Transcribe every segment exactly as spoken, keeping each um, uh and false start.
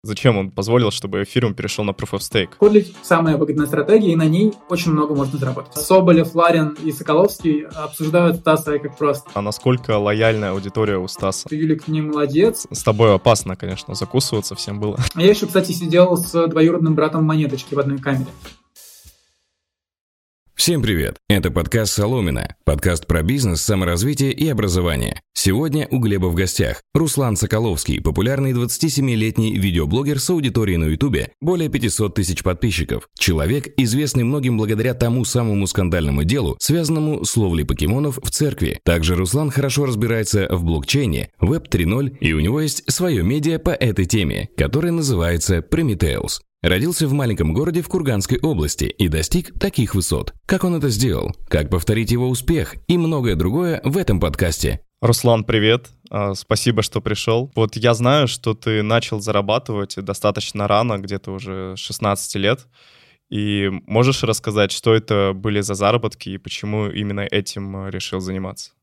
Зачем он позволил, чтобы эфириум перешел на Proof of Stake? Кодлить – самая выгодная стратегия, и на ней очень много можно заработать. Соболев, Ларин и Соколовский обсуждают Стаса как просто. А насколько лояльная аудитория у Стаса? Юлик не молодец. С тобой опасно, конечно, закусываться всем было. Я еще, кстати, сидел с двоюродным братом Монеточки в одной камере. Всем привет! Это подкаст «Соломина», подкаст про бизнес, саморазвитие и образование. Сегодня у Глеба в гостях Руслан Соколовский, популярный двадцатисемилетний видеоблогер с аудиторией на Ютубе более пятьсот тысяч подписчиков. Человек, известный многим благодаря тому самому скандальному делу, связанному с ловлей покемонов в церкви. Также Руслан хорошо разбирается в блокчейне, веб три ноль, и у него есть свое медиа по этой теме, которое называется Prometheus. Родился в маленьком городе в Курганской области и достиг таких высот. Как он это сделал? Как повторить его успех? И многое другое в этом подкасте. Руслан, привет. Спасибо, что пришел. Вот я знаю, что ты начал зарабатывать достаточно рано, где-то уже с шестнадцати лет. И можешь рассказать, что это были за заработки и почему именно этим решил заниматься?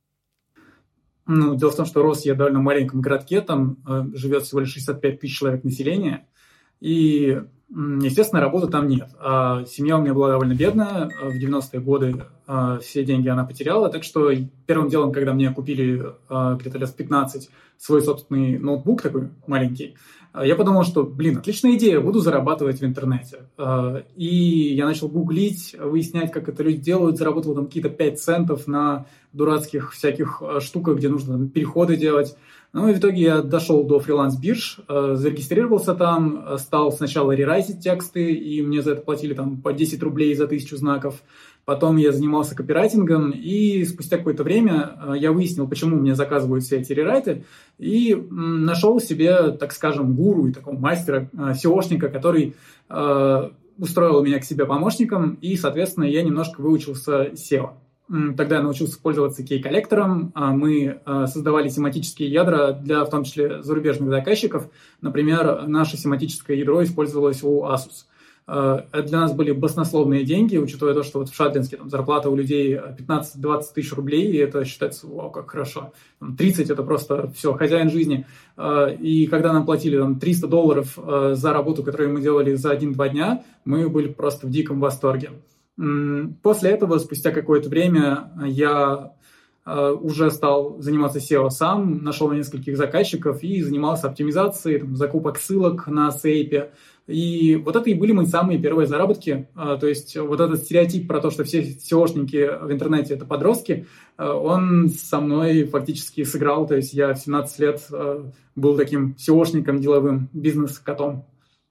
Ну, дело в том, что рос я в довольно маленьком городке, там э, живет всего лишь шестьдесят пять тысяч человек населения. И, естественно, работы там нет. А семья у меня была довольно бедная. В девяностые годы а, все деньги она потеряла. Так что первым делом, когда мне купили а, где-то лет в пятнадцать свой собственный ноутбук такой маленький, а, я подумал, что, блин, отличная идея, буду зарабатывать в интернете. А, и я начал гуглить, выяснять, как это люди делают. Заработал там какие-то пять центов на дурацких всяких штуках, где нужно там, переходы делать. Ну и в итоге я дошел до фриланс-бирж, э, зарегистрировался там, стал сначала рерайтить тексты, и мне за это платили там по десять рублей за тысячу знаков. Потом я занимался копирайтингом, и спустя какое-то время э, я выяснил, почему мне заказывают все эти рерайты, и м, нашел себе, так скажем, гуру и такого мастера, э, сеошника, который э, устроил меня к себе помощником, и, соответственно, я немножко выучился сео. Тогда я научился пользоваться кей-коллектором. Мы создавали семантические ядра для, в том числе, зарубежных заказчиков. Например, наше семантическое ядро использовалось у Asus. Это для нас были баснословные деньги, учитывая то, что вот в Шадринске там, зарплата у людей пятнадцать-двадцать тысяч рублей, и это считается, вау, как хорошо. тридцать – это просто все, хозяин жизни. И когда нам платили там, триста долларов за работу, которую мы делали за один-два дня, мы были просто в диком восторге. После этого, спустя какое-то время, я э, уже стал заниматься сео сам, нашел нескольких заказчиков и занимался оптимизацией там, закупок ссылок на сейпе. И вот это и были мои самые первые заработки. Э, то есть вот этот стереотип про то, что все сеошники в интернете – это подростки, э, он со мной фактически сыграл. То есть я в семнадцать лет э, был таким сеошником, деловым, бизнес-котом.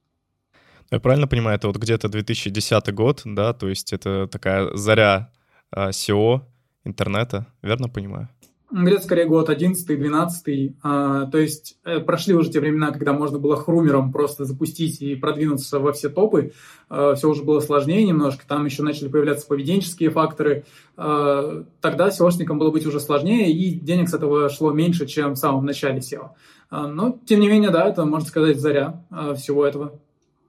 Я правильно понимаю, это вот где-то две тысячи десятый год, да, то есть это такая заря а, сео, интернета, верно понимаю? Где-то скорее год одиннадцатый, двенадцатый, а, то есть э, прошли уже те времена, когда можно было хрумером просто запустить и продвинуться во все топы, а, все уже было сложнее немножко, там еще начали появляться поведенческие факторы, а, тогда сеошникам было быть уже сложнее, и денег с этого шло меньше, чем в самом начале сео. А, но, тем не менее, да, это, можно сказать, заря а, всего этого.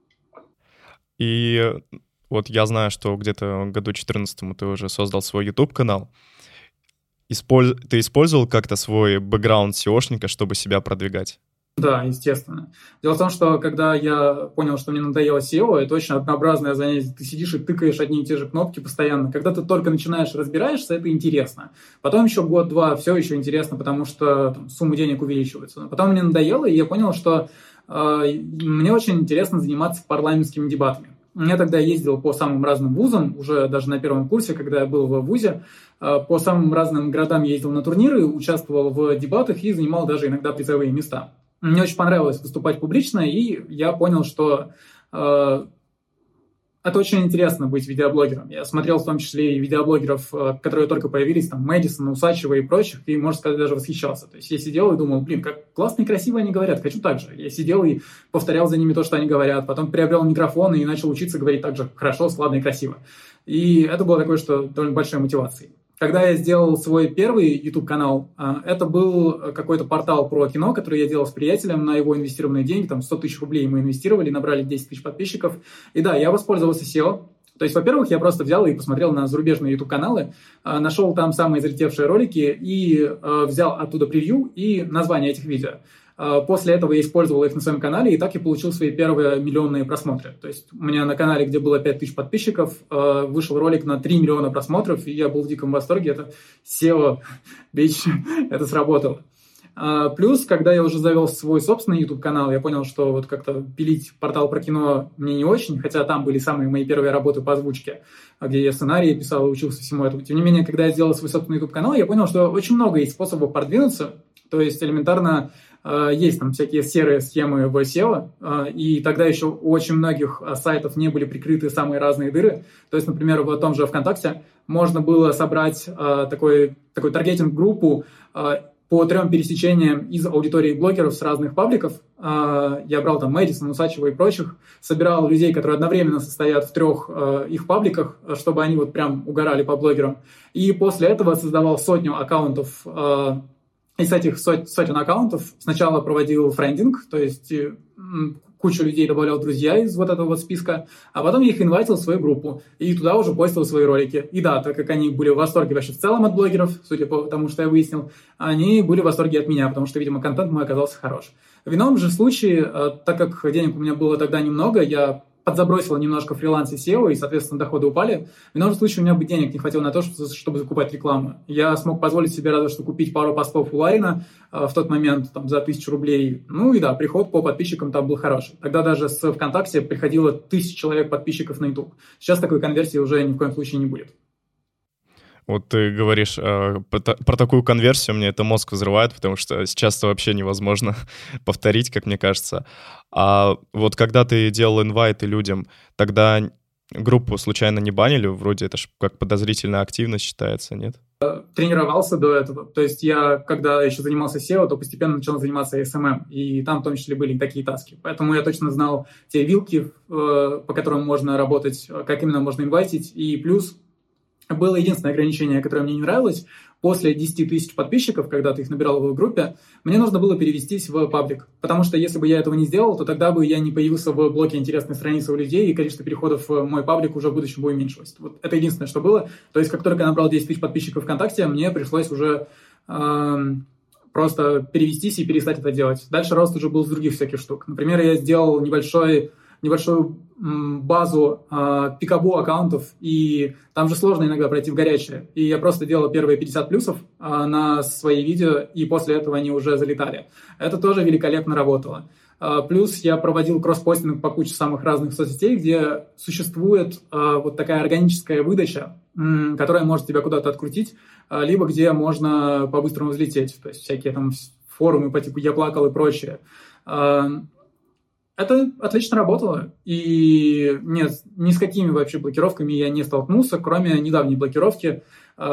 И вот я знаю, что где-то в году четырнадцатом ты уже создал свой YouTube-канал. Использ... Ты использовал как-то свой бэкграунд сеошника, чтобы себя продвигать? Да, естественно. Дело в том, что когда я понял, что мне надоело сео, это очень однообразное занятие. Ты сидишь и тыкаешь одни и те же кнопки постоянно. Когда ты только начинаешь разбираешься, это интересно. Потом еще год-два все еще интересно, потому что там, сумма денег увеличивается. Но потом мне надоело, и я понял, что мне очень интересно заниматься парламентскими дебатами. Я тогда ездил по самым разным вузам, уже даже на первом курсе, когда я был в вузе, по самым разным городам ездил на турниры, участвовал в дебатах и занимал даже иногда призовые места. Мне очень понравилось выступать публично, и я понял, что это очень интересно быть видеоблогером. Я смотрел в том числе и видеоблогеров, которые только появились, там, Мэдисона, Усачева и прочих, и, можно сказать, даже восхищался. То есть я сидел и думал, блин, как классно и красиво они говорят, хочу так же. Я сидел и повторял за ними то, что они говорят, потом приобрел микрофон и начал учиться говорить так же хорошо, складно и красиво. И это было такое, что довольно большой мотивацией. Когда я сделал свой первый YouTube-канал, это был какой-то портал про кино, который я делал с приятелем на его инвестированные деньги, там сто тысяч рублей мы инвестировали, набрали десять тысяч подписчиков. И да, я воспользовался сео. То есть, во-первых, я просто взял и посмотрел на зарубежные YouTube-каналы, нашел там самые залетевшие ролики и взял оттуда превью и название этих видео. После этого я использовал их на своем канале, и так я получил свои первые миллионные просмотры. То есть у меня на канале, где было пять тысяч подписчиков, вышел ролик на три миллиона просмотров, и я был в диком восторге. Это сео, бич, это сработало. Плюс, когда я уже завел свой собственный YouTube-канал, я понял, что вот как-то пилить портал про кино мне не очень, хотя там были самые мои первые работы по озвучке, где я сценарии писал и учился всему этому. Тем не менее, когда я сделал свой собственный YouTube-канал, я понял, что очень много есть способов продвинуться, то есть элементарно есть там всякие серые схемы в сео, и тогда еще у очень многих сайтов не были прикрыты самые разные дыры. То есть, например, в том же ВКонтакте можно было собрать такой, такой таргетинг-группу по трем пересечениям из аудитории блогеров с разных пабликов. Я брал там Мэдисон, Усачева и прочих, собирал людей, которые одновременно состоят в трех их пабликах, чтобы они вот прям угорали по блогерам. И после этого создавал сотню аккаунтов. Из этих сот, сотен аккаунтов сначала проводил френдинг, то есть кучу людей добавлял в друзья из вот этого вот списка, а потом я их инвайтил в свою группу, и туда уже постил свои ролики. И да, так как они были в восторге вообще в целом от блогеров, судя по тому, что я выяснил, они были в восторге от меня, потому что, видимо, контент мой оказался хорош. В ином же случае, так как денег у меня было тогда немного, я подзабросила немножко фриланс и сео, и, соответственно, доходы упали. В ином случае у меня бы денег не хватило на то, чтобы закупать рекламу. Я смог позволить себе разве что купить пару постов у Ларина э, в тот момент там, за тысячу рублей. Ну и да, приход по подписчикам там был хороший. Тогда даже с ВКонтакте приходило тысяча человек подписчиков на YouTube. Сейчас такой конверсии уже ни в коем случае не будет. Вот ты говоришь э, про, про такую конверсию, мне это мозг взрывает, потому что сейчас это вообще невозможно повторить, как мне кажется. А вот когда ты делал инвайты людям, тогда группу случайно не банили? Вроде это ж как подозрительная активность считается, нет? Тренировался до этого. То есть я, когда еще занимался сео, то постепенно начал заниматься эс эм эм, и там в том числе были такие таски. Поэтому я точно знал те вилки, э, по которым можно работать, как именно можно инвайтить, и плюс было единственное ограничение, которое мне не нравилось. После десяти тысяч подписчиков, когда ты их набирал в группе, мне нужно было перевестись в паблик. Потому что если бы я этого не сделал, то тогда бы я не появился в блоке интересной страницы у людей, и количество переходов в мой паблик уже в будущем бы уменьшилось. Вот это единственное, что было. То есть как только я набрал десять тысяч подписчиков ВКонтакте, мне пришлось уже э, просто перевестись и перестать это делать. Дальше рост уже был с других всяких штук. Например, я сделал небольшой... небольшую базу э, пикабу аккаунтов, и там же сложно иногда пройти в горячее. И я просто делал первые пятьдесят плюсов э, на свои видео, и после этого они уже залетали. Это тоже великолепно работало. Э, плюс я проводил кросс-постинг по куче самых разных соцсетей, где существует э, вот такая органическая выдача, э, которая может тебя куда-то открутить, э, либо где можно по-быстрому взлететь. То есть всякие там форумы по типу «Я плакал» и прочее. Э, Это отлично работало, и нет, ни с какими вообще блокировками я не столкнулся, кроме недавней блокировки.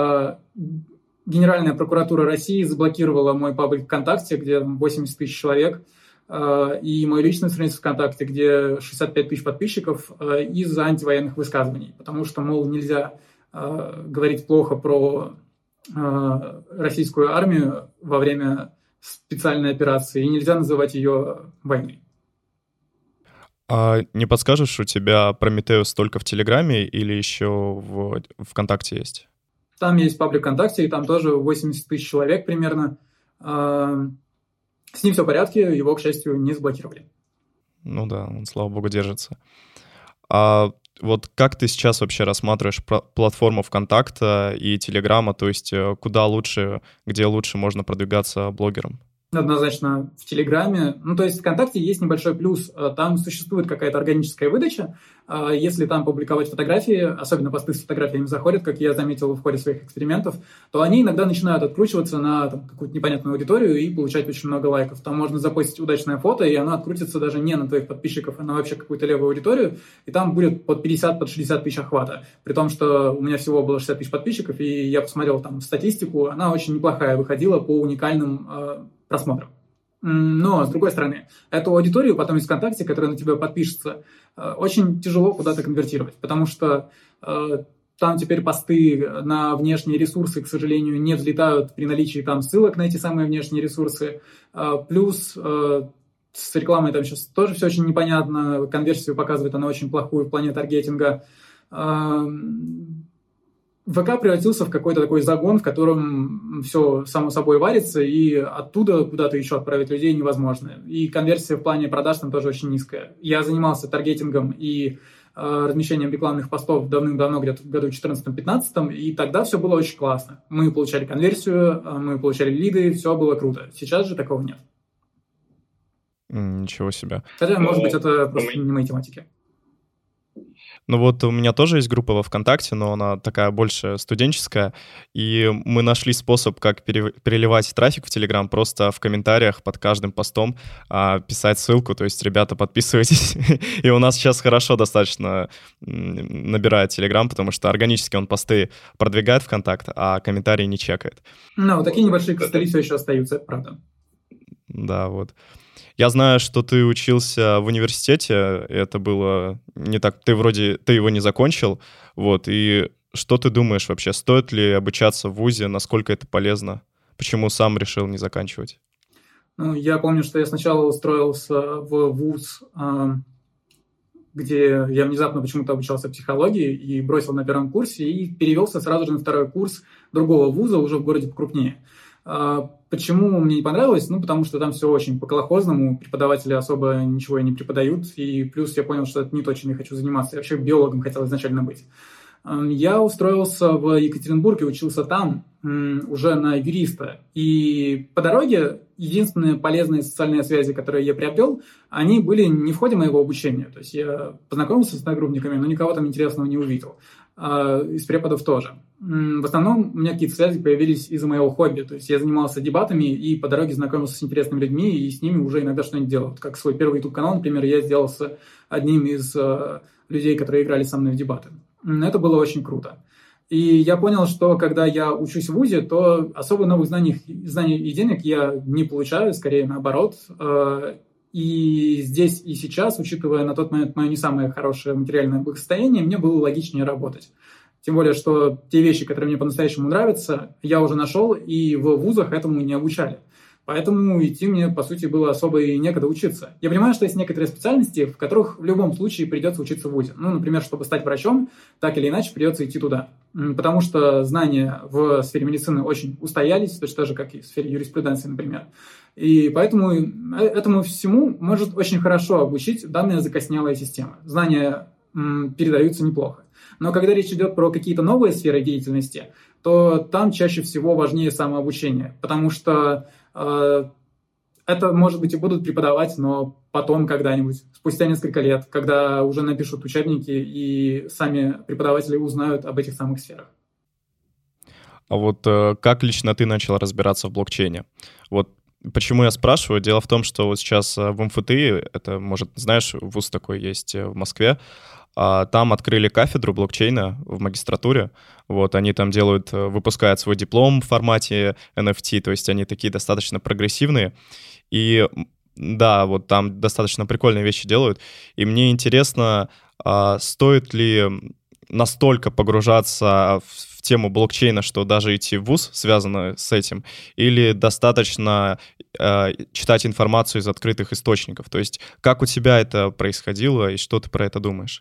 Генеральная прокуратура России заблокировала мой паблик ВКонтакте, где восемьдесят тысяч человек, и мою личную страницу ВКонтакте, где шестьдесят пять тысяч подписчиков, из-за антивоенных высказываний, потому что, мол, нельзя говорить плохо про российскую армию во время специальной операции, и нельзя называть ее войной. А не подскажешь, у тебя Прометеус только в Телеграме или еще в ВКонтакте есть? Там есть паблик ВКонтакте, и там тоже восемьдесят тысяч человек примерно. С ним все в порядке, его, к счастью, не заблокировали. Ну да, он, слава богу, держится. А вот как ты сейчас вообще рассматриваешь платформу ВКонтакта и Телеграма, то есть куда лучше, где лучше можно продвигаться блогерам? Однозначно в Телеграме. Ну, то есть ВКонтакте есть небольшой плюс. Там существует какая-то органическая выдача. Если там публиковать фотографии, особенно посты с фотографиями заходят, как я заметил в ходе своих экспериментов, то они иногда начинают откручиваться на там, какую-то непонятную аудиторию и получать очень много лайков. Там можно запостить удачное фото, и оно открутится даже не на твоих подписчиков, а на вообще какую-то левую аудиторию, и там будет под пятьдесят, под шестьдесят тысяч охвата. При том, что у меня всего было шестьдесят тысяч подписчиков, и я посмотрел там статистику, она очень неплохая выходила по уникальным э, просмотрам. Но, с другой стороны, эту аудиторию потом из ВКонтакте, которая на тебя подпишется, очень тяжело куда-то конвертировать, потому что э, там теперь посты на внешние ресурсы, к сожалению, не взлетают при наличии там ссылок на эти самые внешние ресурсы. Э, плюс э, с рекламой там сейчас тоже все очень непонятно, конверсию показывает она очень плохую в плане таргетинга. Э, ВК превратился в какой-то такой загон, в котором все само собой варится, и оттуда куда-то еще отправить людей невозможно. И конверсия в плане продаж там тоже очень низкая. Я занимался таргетингом и э, размещением рекламных постов давным-давно, где-то в году четырнадцатом-пятнадцатом, и тогда все было очень классно. Мы получали конверсию, мы получали лиды, все было круто. Сейчас же такого нет. Ничего себе. Хотя, может быть, это просто не мои тематики. Ну вот у меня тоже есть группа во ВКонтакте, но она такая больше студенческая, и мы нашли способ, как пере- переливать трафик в Телеграм, просто в комментариях под каждым постом а, писать ссылку, то есть, ребята, подписывайтесь. И у нас сейчас хорошо достаточно набирает Телеграм, потому что органически он посты продвигает ВКонтакт, а комментарии не чекает. Ну, вот такие небольшие костыли все еще остаются, это правда. Да, вот. Я знаю, что ты учился в университете, это было не так, ты вроде, ты его не закончил, вот, и что ты думаешь вообще, стоит ли обучаться в вузе, насколько это полезно, почему сам решил не заканчивать? Ну, я помню, что я сначала устроился в вуз, где я внезапно почему-то обучался психологии и бросил на первом курсе и перевелся сразу же на второй курс другого вуза уже в городе покрупнее. Почему мне не понравилось? Ну, потому что там все очень по-колхозному, преподаватели особо ничего и не преподают, и плюс я понял, что это не то, чем я хочу заниматься. Я вообще биологом хотел изначально быть. Я устроился в Екатеринбург и учился там уже на юриста. И по дороге единственные полезные социальные связи, которые я приобрел, они были не в ходе моего обучения. То есть я познакомился с одногруппниками, но никого там интересного не увидел. Из преподов тоже. В основном у меня какие-то связи появились из-за моего хобби. То есть я занимался дебатами и по дороге знакомился с интересными людьми и с ними уже иногда что-нибудь делал. Как свой первый YouTube-канал, например, я сделался одним из людей, которые играли со мной в дебаты. Это было очень круто. И я понял, что когда я учусь в вузе, то особо новых знаний, знаний и денег я не получаю, скорее наоборот. И здесь и сейчас, учитывая на тот момент мое не самое хорошее материальное благосостояние, мне было логичнее работать. Тем более, что те вещи, которые мне по-настоящему нравятся, я уже нашел, и в вузах этому не обучали. Поэтому идти мне, по сути, было особо и некогда учиться. Я понимаю, что есть некоторые специальности, в которых в любом случае придется учиться в вузе. Ну, например, чтобы стать врачом, так или иначе придется идти туда. Потому что знания в сфере медицины очень устоялись, точно так же, как и в сфере юриспруденции, например. И поэтому этому всему может очень хорошо обучить данная закоснелая система. Знания м, передаются неплохо. Но когда речь идет про какие-то новые сферы деятельности, то там чаще всего важнее самообучение, потому что э, это, может быть, и будут преподавать, но потом когда-нибудь, спустя несколько лет, когда уже напишут учебники и сами преподаватели узнают об этих самых сферах. А вот э, как лично ты начал разбираться в блокчейне? Вот почему я спрашиваю? Дело в том, что вот сейчас в эм эф тэ и, это, может, знаешь, вуз такой есть в Москве, там открыли кафедру блокчейна в магистратуре. Вот, они там делают, выпускают свой диплом в формате эн эф ти, то есть они такие достаточно прогрессивные. И да, вот там достаточно прикольные вещи делают. И мне интересно, стоит ли настолько погружаться в тему блокчейна, что даже идти в вуз связано с этим, или достаточно э, читать информацию из открытых источников? То есть как у тебя это происходило и что ты про это думаешь?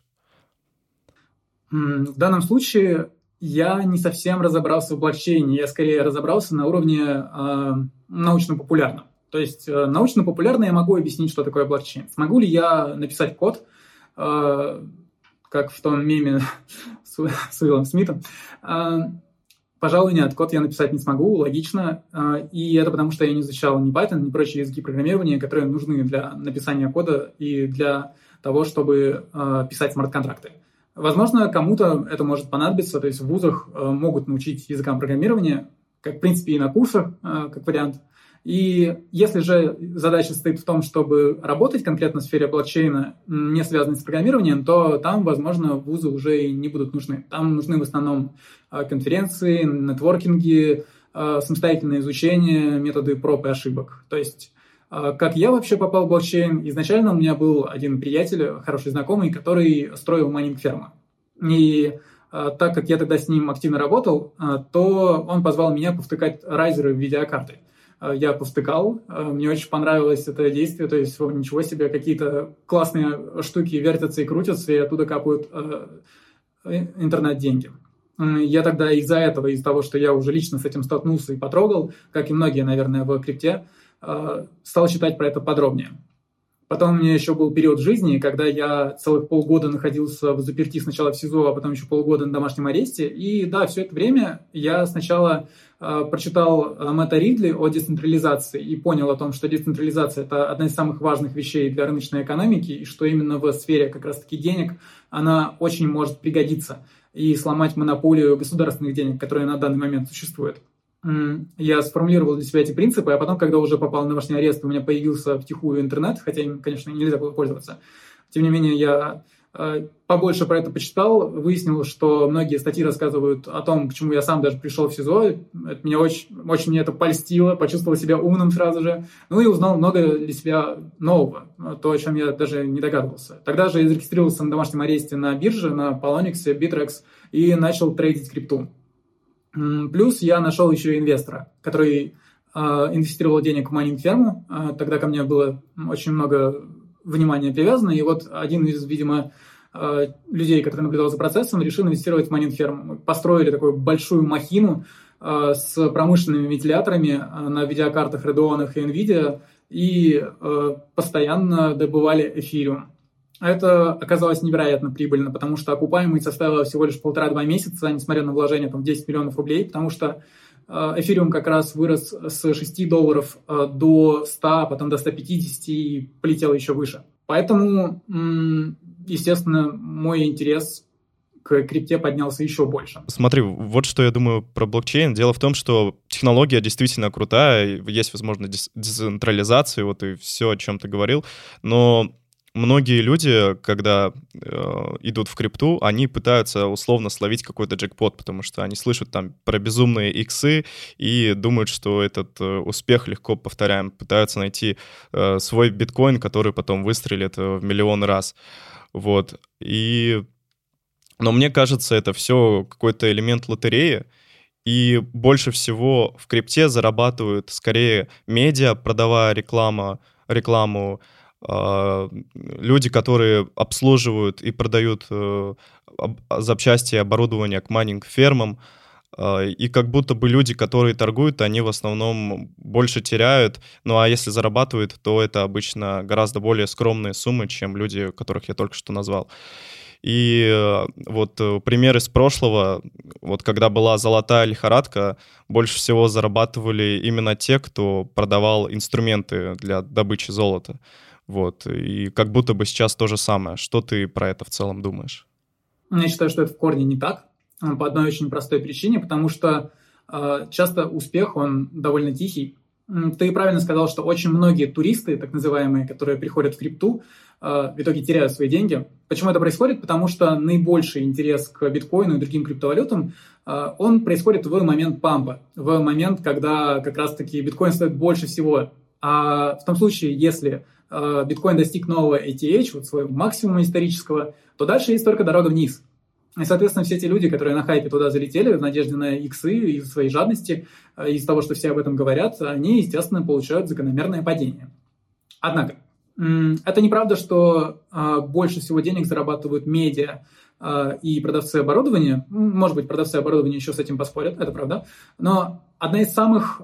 В данном случае я не совсем разобрался в блокчейне, я скорее разобрался на уровне э, научно-популярном. То есть э, научно-популярно я могу объяснить, что такое блокчейн. Смогу ли я написать код, э, как в том меме с, с Уиллом Смитом? Э, пожалуй, нет, код я написать не смогу, логично. Э, и это потому, что я не изучал ни Python, ни прочие языки программирования, которые нужны для написания кода и для того, чтобы э, писать смарт-контракты. Возможно, кому-то это может понадобиться, то есть в вузах э, могут научить языкам программирования, как в принципе и на курсах, э, как вариант. И если же задача стоит в том, чтобы работать конкретно в сфере блокчейна, не связанной с программированием, то там, возможно, вузы уже и не будут нужны. Там нужны в основном э, конференции, нетворкинги, э, самостоятельное изучение, методы проб и ошибок. То есть как я вообще попал в блокчейн? Изначально у меня был один приятель, хороший знакомый, который строил майнинг-ферму. И а, так как я тогда с ним активно работал, а, то он позвал меня повтыкать райзеры в видеокарты. А, я повтыкал, а, мне очень понравилось это действие, то есть о, ничего себе, какие-то классные штуки вертятся и крутятся, и оттуда капают а, интернет-деньги. Я тогда из-за этого, из-за того, что я уже лично с этим столкнулся и потрогал, как и многие, наверное, в крипте, стал читать про это подробнее. Потом у меня еще был период жизни, когда я целых полгода находился в заперти, сначала в СИЗО, а потом еще полгода на домашнем аресте. И да, все это время я сначала э, прочитал Мэтта Ридли о децентрализации и понял о том, что децентрализация – это одна из самых важных вещей для рыночной экономики, и что именно в сфере как раз-таки денег она очень может пригодиться и сломать монополию государственных денег, которая на данный момент существует. Я сформулировал для себя эти принципы, а потом, когда уже попал на домашний арест, у меня появился втихую интернет, хотя им, конечно, нельзя было пользоваться. Тем не менее, я э, побольше про это почитал, выяснил, что многие статьи рассказывают о том, почему я сам даже пришел в СИЗО. Это меня очень, очень мне это польстило, почувствовал себя умным сразу же. Ну и узнал много для себя нового, то, о чем я даже не догадывался. Тогда же я зарегистрировался на домашнем аресте на бирже, на Poloniex, Bittrex и начал трейдить крипту. Плюс я нашел еще инвестора, который э, инвестировал денег в майнинг-ферму. Э, тогда ко мне было очень много внимания привязано. И вот один из, видимо, э, людей, который наблюдал за процессом, решил инвестировать в майнинг-ферму. Мы построили такую большую махину э, с промышленными вентиляторами э, на видеокартах Radeon и NVIDIA и э, постоянно добывали эфириум. Это оказалось невероятно прибыльно, потому что окупаемость составила всего лишь полтора-два месяца, несмотря на вложение там, в десять миллионов рублей, потому что эфириум как раз вырос с шести долларов до ста, потом до ста пятидесяти и полетел еще выше. Поэтому, естественно, мой интерес к крипте поднялся еще больше. Смотри, вот что я думаю про блокчейн. Дело в том, что технология действительно крутая, есть возможность децентрализации, вот и все, о чем ты говорил, но многие люди, когда э, идут в крипту, они пытаются условно словить какой-то джекпот, потому что они слышат там про безумные иксы и думают, что этот э, успех легко повторяем, пытаются найти э, свой биткоин, который потом выстрелит в миллион раз. Вот. И... Но мне кажется, это все какой-то элемент лотереи, и больше всего в крипте зарабатывают скорее медиа, продавая рекламу, рекламу, люди, которые обслуживают и продают э, запчасти и оборудование к майнинг-фермам, э, и как будто бы люди, которые торгуют, они в основном больше теряют, ну а если зарабатывают, то это обычно гораздо более скромные суммы, чем люди, которых я только что назвал. И э, вот э, пример из прошлого, вот когда была золотая лихорадка, больше всего зарабатывали именно те, кто продавал инструменты для добычи золота. Вот, и как будто бы сейчас то же самое. Что ты про это в целом думаешь? Я считаю, что это в корне не так, по одной очень простой причине, потому что э, часто успех, он довольно тихий. Ты правильно сказал, что очень многие туристы, так называемые, которые приходят в крипту, э, в итоге теряют свои деньги. Почему это происходит? Потому что наибольший интерес к биткоину и другим криптовалютам, э, он происходит в момент пампа, в момент, когда как раз-таки биткоин стоит больше всего. А в том случае, если биткоин достиг нового эй ти эйч, вот своего максимума исторического, то дальше есть только дорога вниз. И, соответственно, все те люди, которые на хайпе туда залетели в надежде на иксы из-за своей жадности, из-за того, что все об этом говорят, они, естественно, получают закономерное падение. Однако, это неправда, что больше всего денег зарабатывают медиа и продавцы оборудования. Может быть, продавцы оборудования еще с этим поспорят, это правда. Но одна из самых...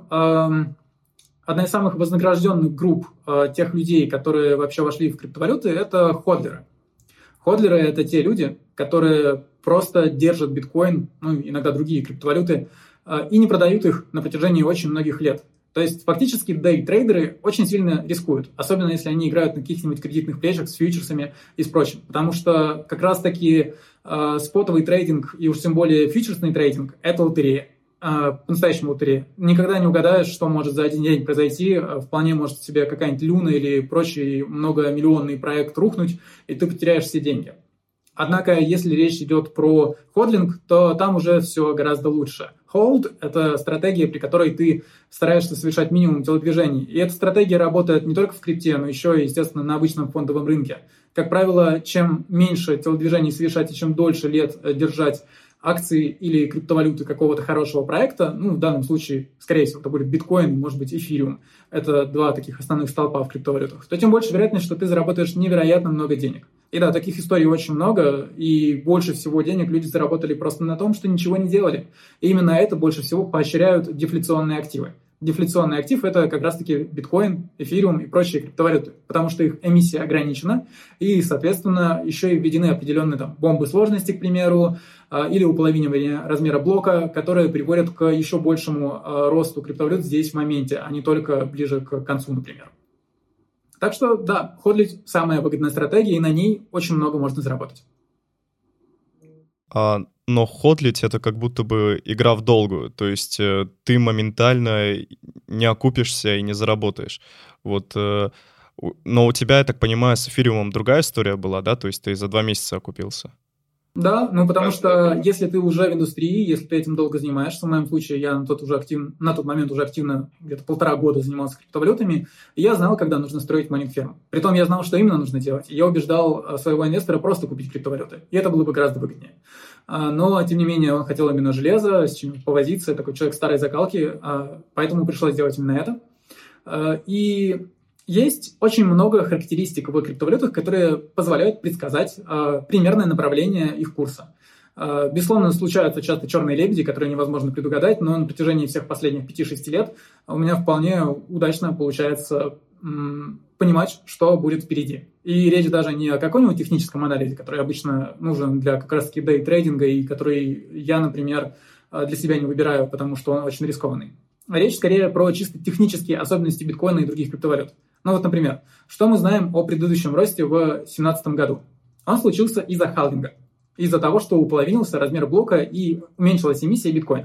Одна из самых вознагражденных групп э, тех людей, которые вообще вошли в криптовалюты, это ходлеры. Ходлеры – это те люди, которые просто держат биткоин, ну, иногда другие криптовалюты, э, и не продают их на протяжении очень многих лет. То есть фактически дей-трейдеры очень сильно рискуют, особенно если они играют на каких-нибудь кредитных плечах с фьючерсами и с прочим. Потому что как раз-таки э, спотовый трейдинг и уж тем более фьючерсный трейдинг – это лотерея. По-настоящему лотерея. Никогда не угадаешь, что может за один день произойти. Вполне может себе какая-нибудь Люна или прочий многомиллионный проект рухнуть, и ты потеряешь все деньги. Однако, если речь идет про ходлинг, то там уже все гораздо лучше. Hold – это стратегия, при которой ты стараешься совершать минимум телодвижений. И эта стратегия работает не только в крипте, но еще, естественно, на обычном фондовом рынке. Как правило, чем меньше телодвижений совершать и чем дольше лет держать акции или криптовалюты какого-то хорошего проекта, ну, в данном случае, скорее всего, это будет биткоин, может быть, эфириум. Это два таких основных столпа в криптовалютах. То тем больше вероятность, что ты заработаешь невероятно много денег. И да, таких историй очень много, и больше всего денег люди заработали просто на том, что ничего не делали. И именно это больше всего поощряют дефляционные активы. Дефляционный актив – это как раз-таки биткоин, эфириум и прочие криптовалюты, потому что их эмиссия ограничена, и, соответственно, еще и введены определенные там, бомбы сложности, к примеру, или уполовинивание размера блока, которые приводят к еще большему росту криптовалют здесь в моменте, а не только ближе к концу, например. Так что, да, ходлить – самая выгодная стратегия, и на ней очень много можно заработать. А, но ходлить — это как будто бы игра в долгую, то есть э, ты моментально не окупишься и не заработаешь. Вот, э, но у тебя, я так понимаю, с эфириумом другая история была, да? То есть ты за два месяца окупился? Да, ну потому что если ты уже в индустрии, если ты этим долго занимаешься, в моем случае я на тот, уже актив, на тот момент уже активно где-то полтора года занимался криптовалютами, и я знал, когда нужно строить майнинг-ферму. Притом я знал, что именно нужно делать. Я убеждал своего инвестора просто купить криптовалюты, и это было бы гораздо выгоднее. Но, тем не менее, он хотел именно железо, с чем повозиться, такой человек старой закалки, поэтому пришлось делать именно это. И есть очень много характеристик в криптовалютах, которые позволяют предсказать примерное направление их курса. Безусловно, случаются часто черные лебеди, которые невозможно предугадать, но на протяжении всех последних пяти-шести лет у меня вполне удачно получается понимать, что будет впереди. И речь даже не о каком-нибудь техническом анализе, который обычно нужен для как раз-таки дейтрейдинга, и который я, например, для себя не выбираю, потому что он очень рискованный. А речь скорее про чисто технические особенности биткоина и других криптовалют. Ну вот, например, что мы знаем о предыдущем росте в две тысячи семнадцатом году? Он случился из-за халвинга, из-за того, что уполовинился размер блока и уменьшилась эмиссия биткоина.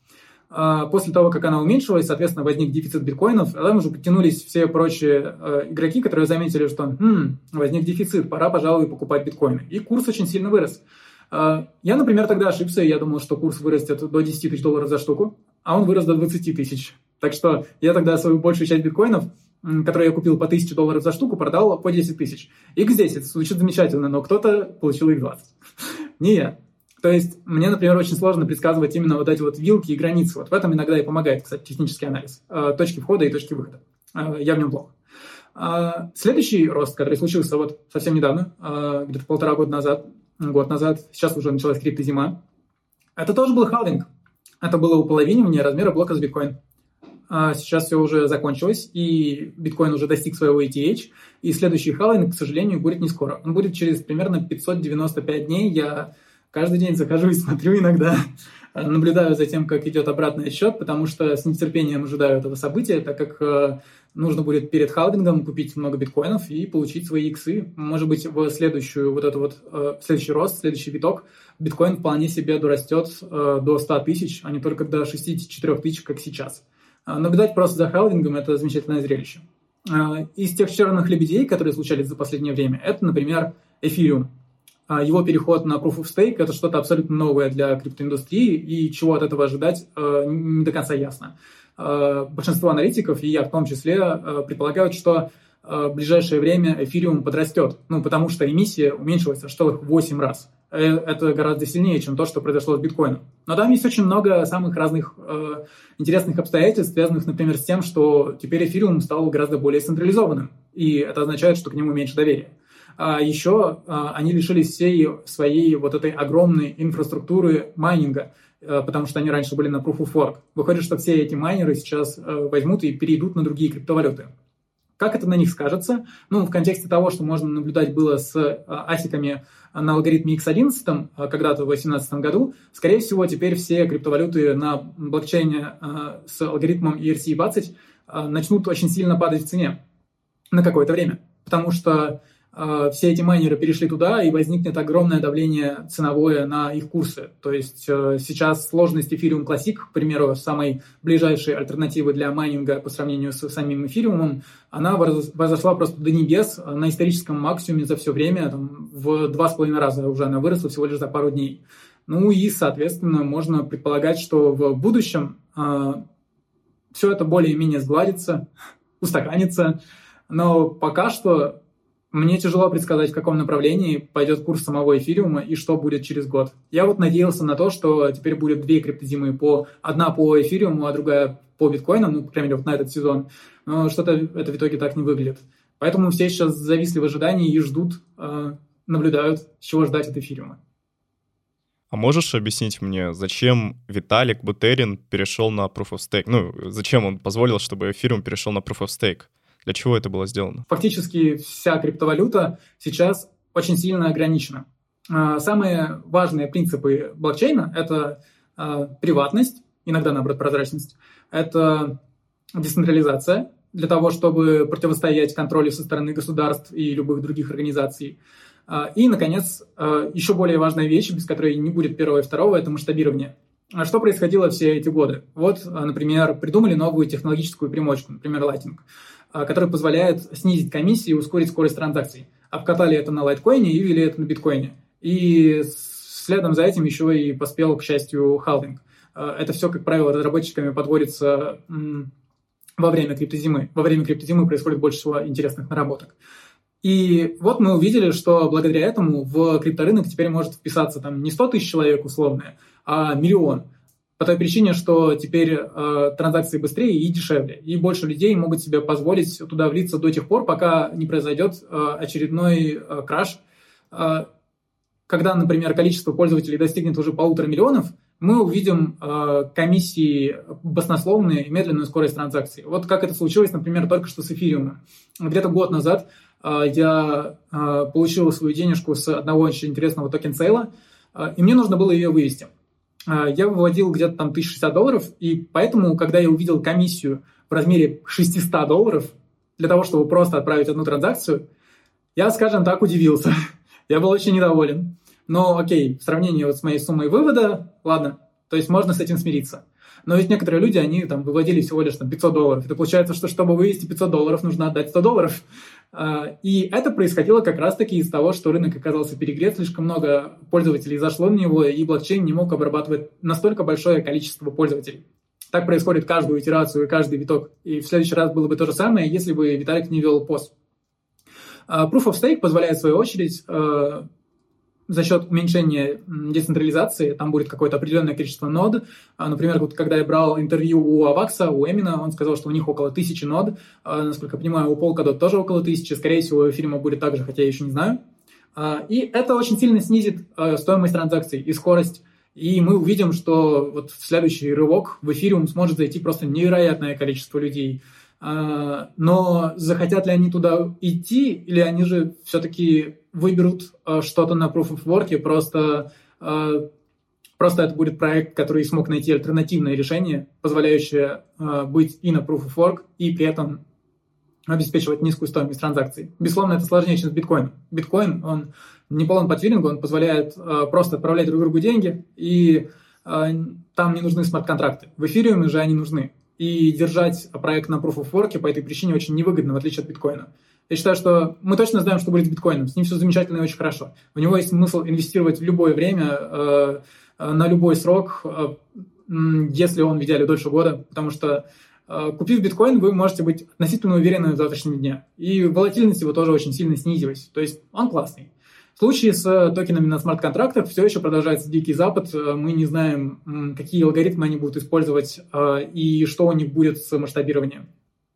После того, как она уменьшилась, соответственно, возник дефицит биткоинов, там уже подтянулись все прочие э, игроки, которые заметили, что хм, возник дефицит, пора, пожалуй, покупать биткоины. И курс очень сильно вырос. Э, я, например, тогда ошибся, я думал, что курс вырастет до десять тысяч долларов за штуку, а он вырос до двадцать тысяч. Так что я тогда свою большую часть биткоинов, которые я купил по тысяче долларов за штуку, продал по десять тысяч. икс десять, звучит замечательно, но кто-то получил икс двадцать. Не я. То есть мне, например, очень сложно предсказывать именно вот эти вот вилки и границы. Вот в этом иногда и помогает, кстати, технический анализ. Точки входа и точки выхода. Я в нем плохо. Следующий рост, который случился вот совсем недавно, где-то полтора года назад, год назад, сейчас уже началась криптозима, это тоже был халвинг. Это было уполовинивание размера блока с биткоин. Сейчас все уже закончилось, и биткоин уже достиг своего и ти эйч, и следующий халвинг, к сожалению, будет не скоро. Он будет через примерно пятьсот девяносто пять дней. Я каждый день захожу и смотрю иногда, наблюдаю за тем, как идет обратный отсчет, потому что с нетерпением ожидаю этого события, так как нужно будет перед халвингом купить много биткоинов и получить свои иксы. Может быть, в следующую, вот это вот, в следующий рост, следующий виток биткоин вполне себе дорастет до ста тысяч, а не только до шестидесяти четырёх тысяч, как сейчас. Наблюдать просто за халвингом – это замечательное зрелище. Из тех черных лебедей, которые случались за последнее время, это, например, эфириум. Его переход на Proof of Stake – это что-то абсолютно новое для криптоиндустрии, и чего от этого ожидать не до конца ясно. Большинство аналитиков, и я в том числе, предполагают, что в ближайшее время эфириум подрастет, ну, потому что эмиссия уменьшилась аж целых восемь раз. Это гораздо сильнее, чем то, что произошло с биткоином. Но там есть очень много самых разных э, интересных обстоятельств, связанных, например, с тем, что теперь эфириум стал гораздо более централизованным, и это означает, что к нему меньше доверия. А еще э, они лишились всей своей вот этой огромной инфраструктуры майнинга, э, потому что они раньше были на Proof of Work. Выходит, что все эти майнеры сейчас э, возьмут и перейдут на другие криптовалюты. Как это на них скажется? Ну, в контексте того, что можно наблюдать было с асиками на алгоритме икс одиннадцать когда-то в две тысячи восемнадцатом году, скорее всего, теперь все криптовалюты на блокчейне с алгоритмом и эр си двадцать начнут очень сильно падать в цене на какое-то время, потому что все эти майнеры перешли туда, и возникнет огромное давление ценовое на их курсы. То есть сейчас сложность Ethereum Classic, к примеру, самой ближайшей альтернативы для майнинга по сравнению с самим эфириумом, она возошла просто до небес на историческом максимуме за все время, там, в два с половиной раза уже она выросла всего лишь за пару дней. Ну и, соответственно, можно предполагать, что в будущем э, все это более-менее сгладится, устаканится, но пока что мне тяжело предсказать, в каком направлении пойдет курс самого эфириума и что будет через год. Я вот надеялся на то, что теперь будет две криптозимы, по, одна по эфириуму, а другая по биткоинам, ну, по крайней мере, вот на этот сезон. Но что-то это в итоге так не выглядит. Поэтому все сейчас зависли в ожидании и ждут, наблюдают, чего ждать от эфириума. А можешь объяснить мне, зачем Виталик Бутерин перешел на Proof of Stake? Ну, зачем он позволил, чтобы эфириум перешел на Proof of Stake? Для чего это было сделано? Фактически вся криптовалюта сейчас очень сильно ограничена. Самые важные принципы блокчейна — это приватность, иногда, наоборот, прозрачность, это децентрализация для того, чтобы противостоять контролю со стороны государств и любых других организаций. И, наконец, еще более важная вещь, без которой не будет первого и второго, это масштабирование. Что происходило все эти годы? Вот, например, придумали новую технологическую примочку, например, Lightning, которая позволяет снизить комиссии и ускорить скорость транзакций. Обкатали это на лайткоине и ввели это на биткоине. И следом за этим еще и поспел, к счастью, халвинг. Это все, как правило, разработчиками подводится во время криптозимы. Во время криптозимы происходит больше всего интересных наработок. И вот мы увидели, что благодаря этому в крипторынок теперь может вписаться там не сто тысяч человек условные, а миллион. По той причине, что теперь э, транзакции быстрее и дешевле. И больше людей могут себе позволить туда влиться до тех пор, пока не произойдет э, очередной э, краш. Э, когда, например, количество пользователей достигнет уже полутора миллионов, мы увидим э, комиссии баснословные и медленную скорость транзакций. Вот как это случилось, например, только что с эфириумом. Где-то год назад я э, получил свою денежку с одного очень интересного токен-сейла, э, и мне нужно было ее вывести. Э, я выводил где-то там тысяча шестьдесят долларов, и поэтому, когда я увидел комиссию в размере шестьсот долларов для того, чтобы просто отправить одну транзакцию, я, скажем так, удивился. Я был очень недоволен. Но окей, в сравнении вот с моей суммой вывода, ладно, то есть можно с этим смириться. Но ведь некоторые люди, они там выводили всего лишь там, пятьсот долларов. Это получается, что чтобы вывести пятьсот долларов, нужно отдать сто долларов. И это происходило как раз-таки из того, что рынок оказался перегрет, слишком много пользователей зашло в него, и блокчейн не мог обрабатывать настолько большое количество пользователей. Так происходит каждую итерацию и каждый виток. И в следующий раз было бы то же самое, если бы Виталик не вел пост. Proof of Stake позволяет, в свою очередь, за счет уменьшения децентрализации, там будет какое-то определенное количество нод. Например, вот когда я брал интервью у Авакса, у Эмина, он сказал, что у них около тысячи нод. Насколько я понимаю, у Polkadot тоже около тысячи. Скорее всего, у эфириума будет так же, хотя я еще не знаю. И это очень сильно снизит стоимость транзакций и скорость. И мы увидим, что вот в следующий рывок в эфириум сможет зайти просто невероятное количество людей. Но захотят ли они туда идти, или они же все-таки выберут что-то на Proof of Work, просто, просто это будет проект, который смог найти альтернативное решение, позволяющее быть и на Proof of Work, и при этом обеспечивать низкую стоимость транзакций. Безусловно, это сложнее, чем с биткоином. Биткоин, он не полон по твирингу, он позволяет просто отправлять друг другу деньги, и там не нужны смарт-контракты. В эфириуме же они нужны. И держать проект на Proof of Work по этой причине очень невыгодно, в отличие от биткоина. Я считаю, что мы точно знаем, что будет с биткоином. С ним все замечательно и очень хорошо. В него есть смысл инвестировать в любое время, э, на любой срок, э, если он в идеале дольше года, потому что э, купив биткоин, вы можете быть относительно уверены в завтрашнем дне. И волатильность его тоже очень сильно снизилась. То есть он классный. В случае с токенами на смарт-контрактах все еще продолжается Дикий Запад. Мы не знаем, какие алгоритмы они будут использовать и что у них будет с масштабированием.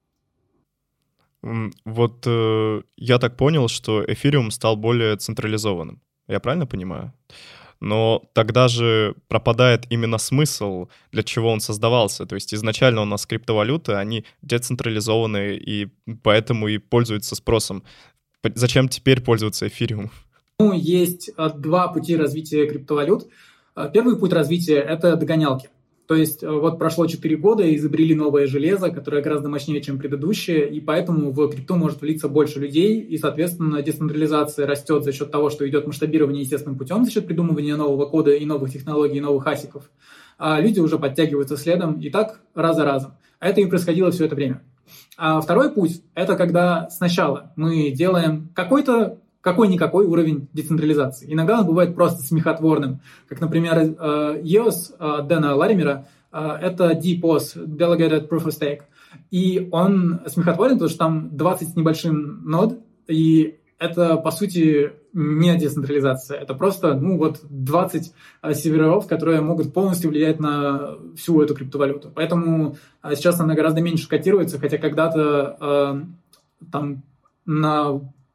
Вот э, я так понял, что эфириум стал более централизованным. Я правильно понимаю? Но тогда же пропадает именно смысл, для чего он создавался. То есть изначально у нас криптовалюты, они децентрализованные, и поэтому и пользуются спросом. Зачем теперь пользоваться эфириумом? Ну, есть два пути развития криптовалют. Первый путь развития – это догонялки. То есть вот прошло четыре года, и изобрели новое железо, которое гораздо мощнее, чем предыдущее, и поэтому в крипту может влиться больше людей, и, соответственно, децентрализация растет за счет того, что идет масштабирование естественным путем, за счет придумывания нового кода и новых технологий, и новых асиков. А люди уже подтягиваются следом, и так раз за разом. А это и происходило все это время. А второй путь – это когда сначала мы делаем какой-то какой-никакой уровень децентрализации. Иногда он бывает просто смехотворным, как, например, и о эс Дэна Ларимера, это ди пос, Delegated Proof of Stake, и он смехотворен, потому что там двадцать с небольшим нод, и это, по сути, не децентрализация, это просто, ну, вот двадцать серверов, которые могут полностью влиять на всю эту криптовалюту. Поэтому сейчас она гораздо меньше котируется, хотя когда-то э, там на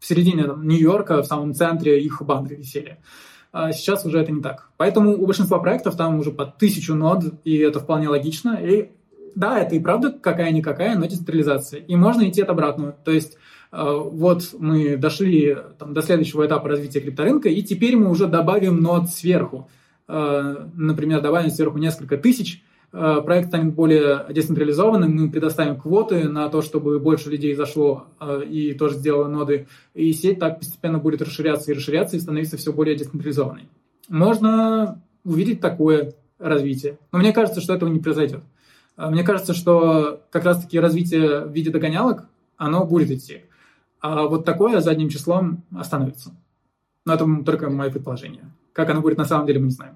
в середине там, Нью-Йорка, в самом центре их банка висели. А сейчас уже это не так. Поэтому у большинства проектов там уже по тысячу нод, и это вполне логично. И да, это и правда какая-никакая, но децентрализация. И можно идти от обратного. То есть вот мы дошли там, до следующего этапа развития крипторынка, и теперь мы уже добавим нод сверху. Например, добавим сверху несколько тысяч, проект станет более децентрализованным, мы предоставим квоты на то, чтобы больше людей зашло и тоже сделало ноды, и сеть так постепенно будет расширяться и расширяться и становиться все более децентрализованной. Можно увидеть такое развитие, но мне кажется, что этого не произойдет. Мне кажется, что как раз-таки развитие в виде догонялок, оно будет идти, а вот такое задним числом остановится. Но это только мое предположение. Как оно будет на самом деле, мы не знаем.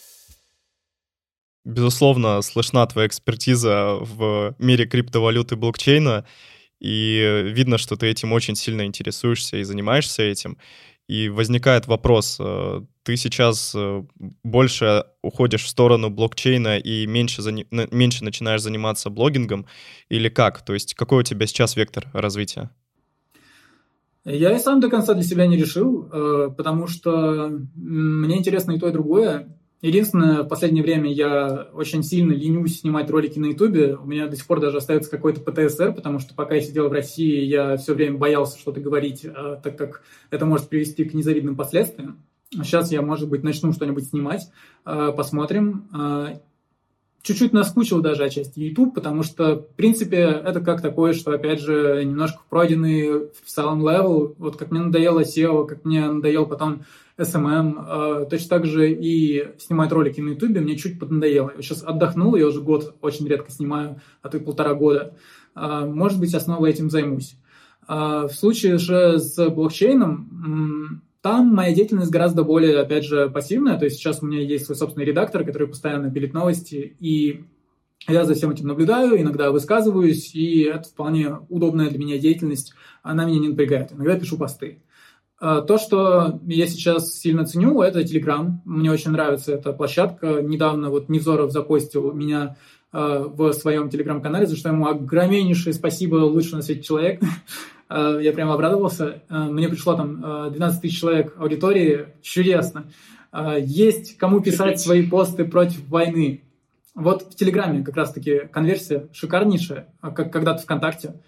Безусловно, слышна твоя экспертиза в мире криптовалюты, блокчейна, и видно, что ты этим очень сильно интересуешься и занимаешься этим. И возникает вопрос, ты сейчас больше уходишь в сторону блокчейна и меньше, зани... меньше начинаешь заниматься блогингом, или как? То есть какой у тебя сейчас вектор развития? Я и сам до конца для себя не решил, потому что мне интересно и то, и другое. Единственное, в последнее время я очень сильно ленюсь снимать ролики на Ютубе. У меня до сих пор даже остается какой-то пэ тэ эс эр, потому что пока я сидел в России, я все время боялся что-то говорить, так как это может привести к незавидным последствиям. Сейчас я, может быть, начну что-нибудь снимать, посмотрим. Чуть-чуть наскучил даже отчасти YouTube, потому что, в принципе, это как такое, что, опять же, немножко пройденный в целом левел. Вот как мне надоело сео, как мне надоел потом эс эм эм, э, точно так же и снимать ролики на YouTube мне чуть поднадоело. Я сейчас отдохнул, я уже год очень редко снимаю, а то и полтора года. Э, может быть, я снова этим займусь. Э, в случае же с блокчейном, там моя деятельность гораздо более, опять же, пассивная. То есть сейчас у меня есть свой собственный редактор, который постоянно пилит новости, и я за всем этим наблюдаю, иногда высказываюсь, и это вполне удобная для меня деятельность, она меня не напрягает. Иногда пишу посты. То, что я сейчас сильно ценю, это Telegram. Мне очень нравится эта площадка. Недавно вот Невзоров запостил меня в своем Telegram-канале, за что ему огромнейшее спасибо, лучший на свете человек. Я прямо обрадовался. Мне пришло там двенадцать тысяч человек аудитории. Чудесно. Есть кому писать свои посты против войны. Вот в Телеграме как раз-таки конверсия шикарнейшая, как когда-то ВКонтакте.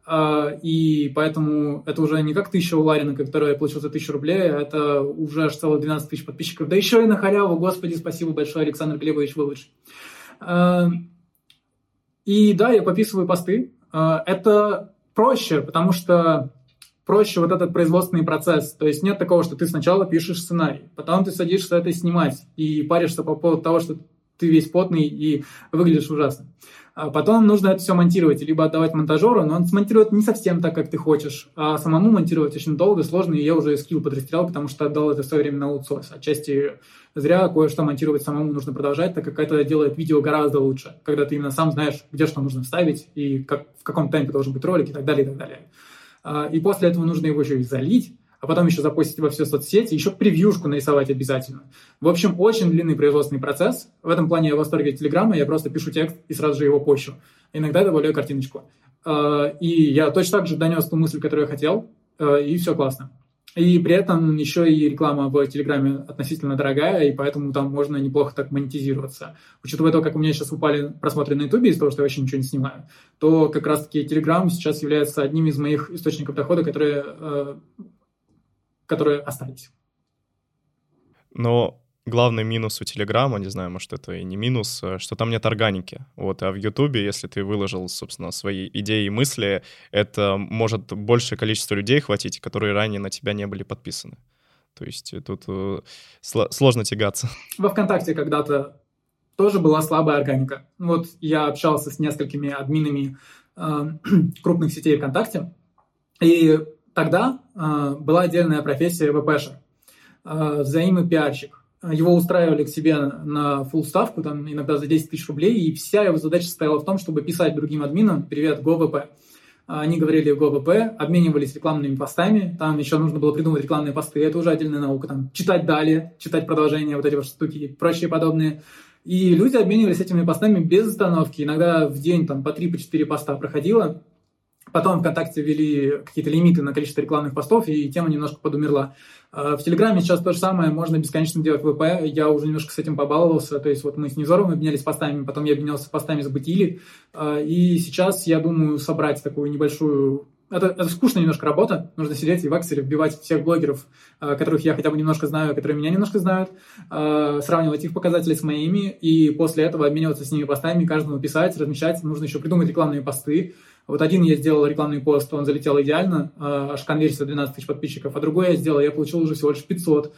И поэтому это уже не как тысяча у Ларина, который я получил за тысячу рублей, а это уже аж целых двенадцать тысяч подписчиков. Да еще и на халяву, господи, спасибо большое, Александр Глебович, вы лучший. И да, я подписываю посты. Это проще, потому что проще вот этот производственный процесс. То есть нет такого, что ты сначала пишешь сценарий, потом ты садишься это снимать и паришься по поводу того, что ты весь потный и выглядишь ужасно. А потом нужно это все монтировать, либо отдавать монтажеру, но он смонтирует не совсем так, как ты хочешь, а самому монтировать очень долго, сложно, и я уже скилл подрастерял, потому что отдал это в свое время на аутсорс. Отчасти зря кое-что монтировать самому нужно продолжать, так как это делает видео гораздо лучше, когда ты именно сам знаешь, где что нужно вставить, и как, в каком темпе должен быть ролик, и так далее, и так далее. И после этого нужно его еще и залить, а потом еще запостить во все соцсети, еще превьюшку нарисовать обязательно. В общем, очень длинный производственный процесс. В этом плане я в восторге от Телеграма, я просто пишу текст и сразу же его пощу. Иногда добавляю картиночку. И я точно так же донес ту мысль, которую я хотел, и все классно. И при этом еще и реклама в Телеграме относительно дорогая, и поэтому там можно неплохо так монетизироваться. Учитывая то, как у меня сейчас упали просмотры на Ютубе из-за того, что я вообще ничего не снимаю, то как раз-таки Телеграм сейчас является одним из моих источников дохода, которые... которые остались. Но главный минус у Телеграма, не знаю, может, это и не минус, что там нет органики. Вот, а в Ютубе, если ты выложил, собственно, свои идеи и мысли, это может большее количество людей хватить, которые ранее на тебя не были подписаны. То есть тут э, сложно тягаться. Во ВКонтакте когда-то тоже была слабая органика. Вот я общался с несколькими админами э, крупных сетей ВКонтакте, и тогда э, была отдельная профессия вэ пэ-шер, э, взаимопиарщик. Его устраивали к себе на фулл-ставку, там иногда за десять тысяч рублей, и вся его задача состояла в том, чтобы писать другим админам «Привет, го-вэ-пэ». Они говорили го-вэ-пэ, обменивались рекламными постами, там еще нужно было придумать рекламные посты, это уже отдельная наука, там читать далее, читать продолжение, вот эти вот штуки и прочие подобные. И люди обменивались этими постами без остановки, иногда в день там по три-четыре поста проходило. Потом ВКонтакте ввели какие-то лимиты на количество рекламных постов, и тема немножко подумерла. В Телеграме сейчас то же самое, можно бесконечно делать ВП, я уже немножко с этим побаловался, то есть вот мы с Невзоровым обменялись постами, потом я обменялся постами с Бытили, и сейчас я думаю собрать такую небольшую... Это, это скучная немножко работа, нужно сидеть и в Excel вбивать всех блогеров, которых я хотя бы немножко знаю, которые меня немножко знают, сравнивать их показатели с моими, и после этого обмениваться с ними постами, каждому писать, размещать, нужно еще придумать рекламные посты. Вот один я сделал рекламный пост, он залетел идеально, аж конверсия двенадцать тысяч подписчиков, а другой я сделал, я получил уже всего лишь пятьсот.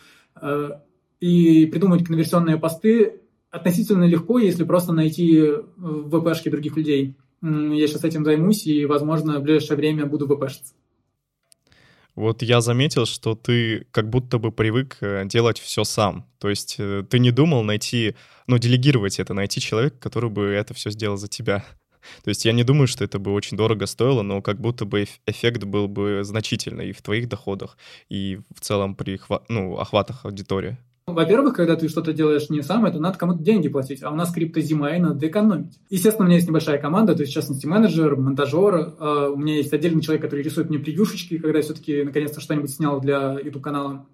И придумать конверсионные посты относительно легко, если просто найти ВПшки других людей. Я сейчас этим займусь и, возможно, в ближайшее время буду ВПшиться. Вот я заметил, что ты как будто бы привык делать все сам. То есть ты не думал найти, ну, делегировать это, найти человека, который бы это все сделал за тебя. То есть я не думаю, что это бы очень дорого стоило, но как будто бы эффект был бы значительный и в твоих доходах, и в целом при ну, охватах аудитории. Во-первых, когда ты что-то делаешь не сам, это надо кому-то деньги платить, а у нас криптозима, и надо экономить. Естественно, у меня есть небольшая команда, то есть, в частности, менеджер, монтажер, uh, у меня есть отдельный человек, который рисует мне превьюшечки, когда я все-таки наконец-то что-нибудь снял для YouTube-канала.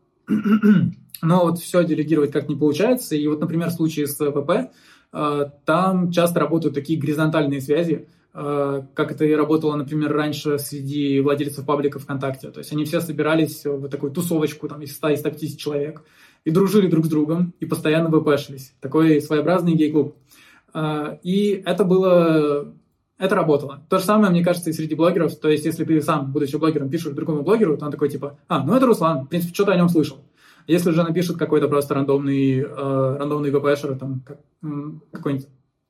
Но вот все делегировать как не получается, и вот, например, в случае с ВП, uh, там часто работают такие горизонтальные связи, uh, как это и работало, например, раньше среди владельцев паблика ВКонтакте. То есть они все собирались в такую тусовочку там, из ста и ста пятидесяти человек, и дружили друг с другом, и постоянно ВПшились. Такой своеобразный гей-клуб. И это было... Это работало. То же самое, мне кажется, и среди блогеров. То есть, если ты сам, будучи блогером, пишешь другому блогеру, то он такой, типа, а, ну это Руслан, в принципе, что-то о нем слышал. Если же напишет какой-то просто рандомный, э, рандомный ВПшер, там, как, какой-нибудь...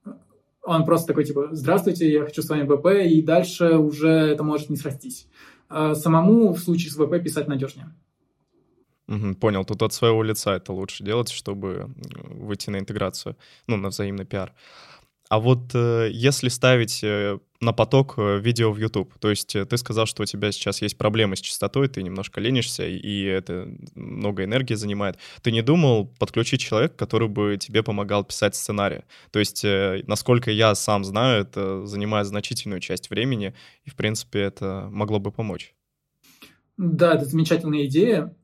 Он просто такой, типа, здравствуйте, я хочу с вами ВП, и дальше уже это может не срастись. А самому в случае с ВП писать надежнее. Угу, понял, тут от своего лица это лучше делать, чтобы выйти на интеграцию, ну, на взаимный пиар. А вот э, если ставить э, на поток э, видео в YouTube, то есть э, ты сказал, что у тебя сейчас есть проблемы с частотой, ты немножко ленишься, и, и это много энергии занимает. Ты не думал подключить человека, который бы тебе помогал писать сценарий? То есть, э, насколько я сам знаю, это занимает значительную часть времени, и, в принципе, это могло бы помочь. Да, это замечательная идея.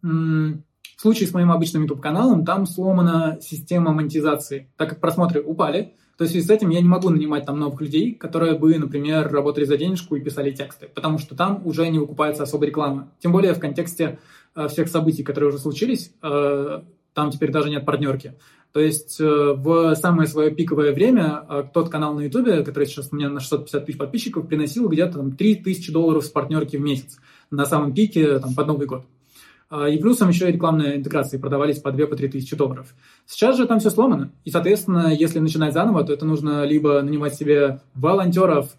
В случае с моим обычным YouTube-каналом там сломана система монетизации, так как просмотры упали. То есть в связи с этим я не могу нанимать там новых людей, которые бы, например, работали за денежку и писали тексты, потому что там уже не выкупается особо реклама. Тем более в контексте э, всех событий, которые уже случились, э, там теперь даже нет партнерки. То есть э, в самое свое пиковое время э, тот канал на YouTube, который сейчас у меня на шестьсот пятьдесят тысяч подписчиков, приносил где-то там три тысячи долларов с партнерки в месяц на самом пике там, под Новый год. И плюсом еще и рекламные интеграции продавались по две-три тысячи долларов. Сейчас же там все сломано. И, соответственно, если начинать заново, то это нужно либо нанимать себе волонтеров,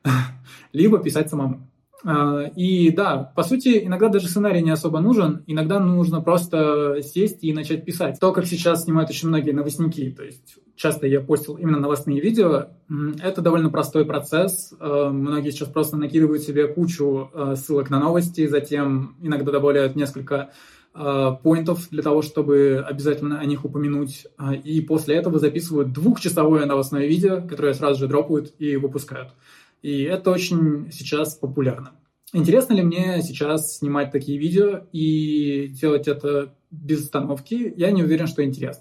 либо писать самому. И да, по сути, иногда даже сценарий не особо нужен. Иногда нужно просто сесть и начать писать. То, как сейчас снимают очень многие новостники, то есть часто я постил именно новостные видео, это довольно простой процесс. Многие сейчас просто накидывают себе кучу ссылок на новости, затем иногда добавляют несколько поинтов для того, чтобы обязательно о них упомянуть. И после этого записывают двухчасовое новостное видео, которое сразу же дропают и выпускают. И это очень сейчас популярно. Интересно ли мне сейчас снимать такие видео и делать это без остановки? Я не уверен, что интересно.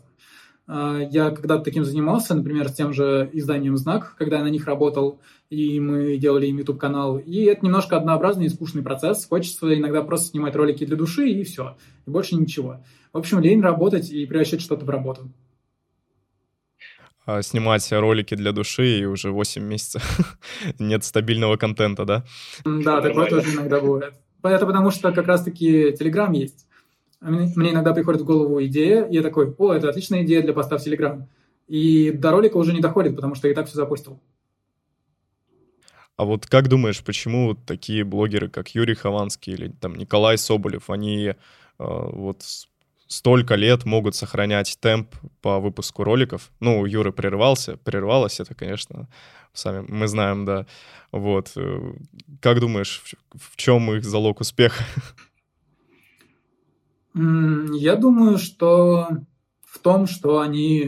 Я когда-то таким занимался, например, с тем же изданием «Знак», когда я на них работал, и мы делали им YouTube-канал. И это немножко однообразный и скучный процесс. Хочется иногда просто снимать ролики для души, и все. И больше ничего. В общем, лень работать и превращать что-то в работу. Снимать ролики для души, и уже восемь месяцев нет стабильного контента, да? Да, такое тоже иногда бывает. Это потому что как раз-таки Telegram есть. Мне иногда приходит в голову идея, и я такой, о, это отличная идея для поста в Telegram. И до ролика уже не доходит, потому что я и так все запустил. А вот как думаешь, почему такие блогеры, как Юрий Хованский или там Николай Соболев, они э, вот столько лет могут сохранять темп по выпуску роликов? Ну, у Юры прервался, прервалось это, конечно, сами мы знаем, да. Вот. Как думаешь, в, в чем их залог успеха? Я думаю, что в том, что они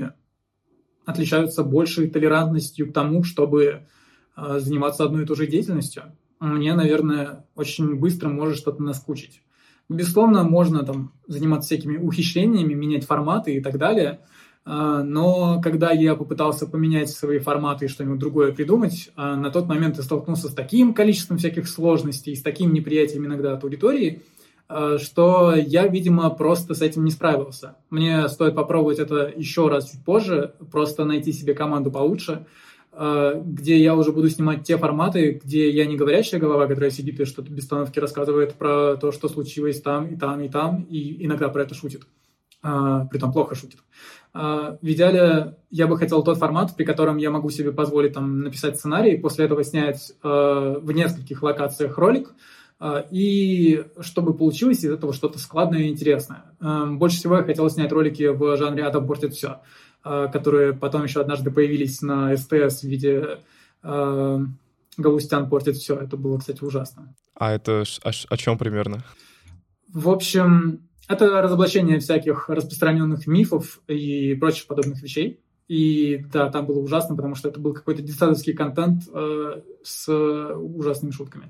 отличаются большей толерантностью к тому, чтобы заниматься одной и той же деятельностью. мне, наверное, очень быстро может что-то наскучить. Безусловно, можно там заниматься всякими ухищрениями, менять форматы и так далее, но когда я попытался поменять свои форматы и что-нибудь другое придумать, на тот момент я столкнулся с таким количеством всяких сложностей, с таким неприятием иногда от аудитории, что я, видимо, просто с этим не справился. Мне стоит попробовать это еще раз чуть позже, просто найти себе команду получше, где я уже буду снимать те форматы, где я не говорящая голова, которая сидит и что-то без остановки рассказывает про то, что случилось там и там и там, и иногда про это шутит. Притом плохо шутит. В идеале я бы хотел тот формат, при котором я могу себе позволить там, написать сценарий, после этого снять в нескольких локациях ролик, и чтобы получилось из этого что-то складное и интересное. Больше всего я хотел снять ролики в жанре «Атом портит все», которые потом еще однажды появились на СТС в виде «Галустян портит все». Это было, кстати, ужасно. А это о, о чем примерно? В общем, это разоблачение всяких распространенных мифов и прочих подобных вещей. И да, там было ужасно, потому что это был какой-то детсадовский контент э, с ужасными шутками.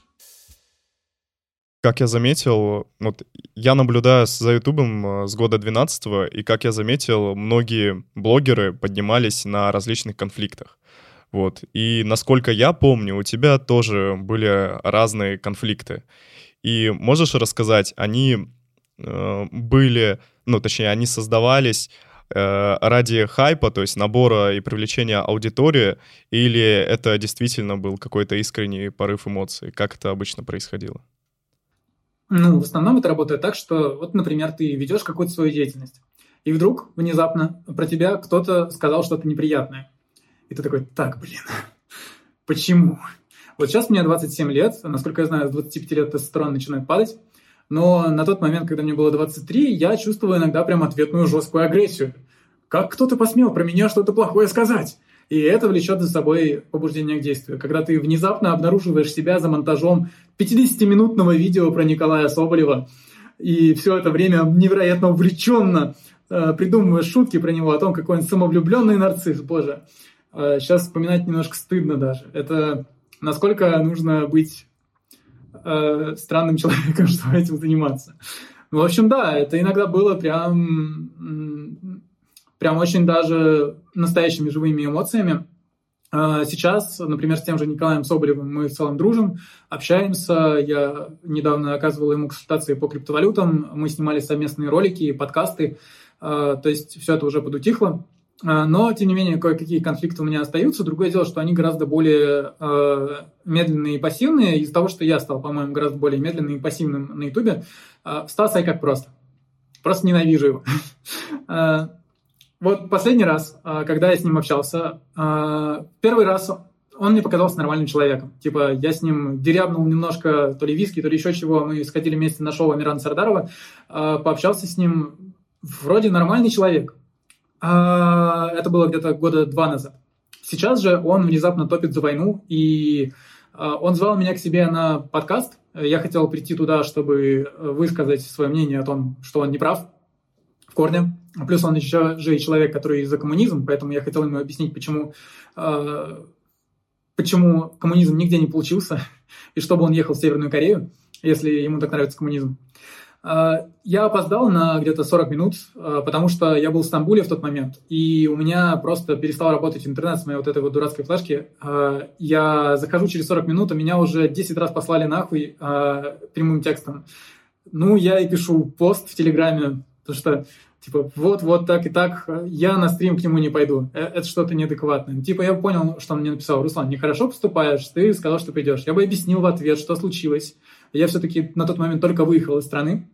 Как я заметил, вот я наблюдаю за Ютубом с года двенадцатого, и, как я заметил, многие блогеры поднимались на различных конфликтах. Вот. И, насколько я помню, у тебя тоже были разные конфликты. И можешь рассказать, они э, были, ну, точнее, они создавались э, ради хайпа, то есть набора и привлечения аудитории, или это действительно был какой-то искренний порыв эмоций? Как это обычно происходило? Ну, в основном это работает так, что, вот, например, ты ведешь какую-то свою деятельность, и вдруг внезапно про тебя кто-то сказал что-то неприятное. И ты такой: так, блин, почему? Вот сейчас мне двадцать семь лет, насколько я знаю, с двадцати пяти лет тестостерон начинает падать, но на тот момент, когда мне было двадцать три, я чувствовал иногда прям ответную жесткую агрессию. Как кто-то посмел про меня что-то плохое сказать? И это влечет за собой побуждение к действию. Когда ты внезапно обнаруживаешь себя за монтажом пятидесятиминутного видео про Николая Соболева, и все это время невероятно увлеченно э, придумываешь шутки про него, о том, какой он самовлюбленный нарцисс. Боже, э, сейчас вспоминать немножко стыдно даже. Это насколько нужно быть э, странным человеком, чтобы этим заниматься. В общем, да, это иногда было прям... прям очень даже настоящими живыми эмоциями. Сейчас, например, с тем же Николаем Соболевым мы в целом дружим, общаемся. Я недавно оказывал ему консультации по криптовалютам, мы снимали совместные ролики, подкасты, то есть все это уже подутихло. Но, тем не менее, кое-какие конфликты у меня остаются. Другое дело, что они гораздо более медленные и пассивные. Из-за того, что я стал, по-моему, гораздо более медленным и пассивным на Ютубе, Стаса я как просто. Просто ненавижу его. Вот последний раз, когда я с ним общался, первый раз он мне показался нормальным человеком. Типа, я с ним дерябнул немножко то ли виски, то ли еще чего. Мы сходили вместе на шоу Амирана Сардарова, пообщался с ним. Вроде нормальный человек. Это было где-то года два назад. Сейчас же он внезапно топит за войну, и он звал меня к себе на подкаст. Я хотел прийти туда, чтобы высказать свое мнение о том, что он не прав в корне. Плюс он еще же и человек, который за коммунизм, поэтому я хотел ему объяснить, почему, э, почему коммунизм нигде не получился, и чтобы он ехал в Северную Корею, если ему так нравится коммунизм. Э, я опоздал на где-то сорок минут, э, потому что я был в Стамбуле в тот момент, и у меня просто перестал работать интернет с моей вот этой вот дурацкой флешки. Э, я захожу через сорок минут, а меня уже десять раз послали нахуй э, прямым текстом. Ну, я и пишу пост в Телеграме, потому что типа, вот, вот так и так, я на стрим к нему не пойду. Это что-то неадекватное. Типа, я понял, что он мне написал: Руслан, нехорошо поступаешь, ты сказал, что придешь. Я бы объяснил в ответ, что случилось. Я все-таки на тот момент только выехал из страны,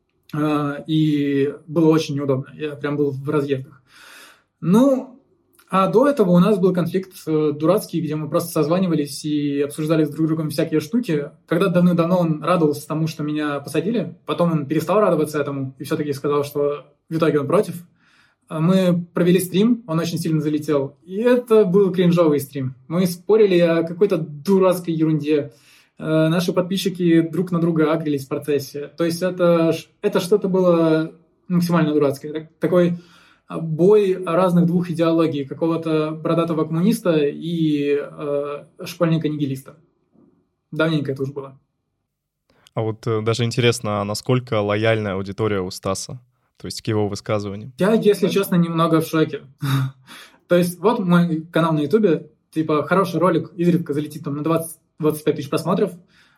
и было очень неудобно. Я прям был в разъездах. Ну, а до этого у нас был конфликт дурацкий, где мы просто созванивались и обсуждали с друг другом всякие штуки. Когда давно-давно он радовался тому, что меня посадили, потом он перестал радоваться этому и все-таки сказал, что в итоге он против. Мы провели стрим, он очень сильно залетел, и это был кринжовый стрим. Мы спорили о какой-то дурацкой ерунде. Наши подписчики друг на друга агрились в процессе. То есть это, это что-то было максимально дурацкое. Такой бой разных двух идеологий, какого-то бородатого коммуниста и э, школьника-нигилиста. давненько это уже было. А вот э, даже интересно, а насколько лояльная аудитория у Стаса? То есть к его высказываниям? Я, если честно, немного в шоке. То есть вот мой канал на Ютубе, типа хороший ролик, изредка залетит там на двадцать-двадцать пять тысяч просмотров.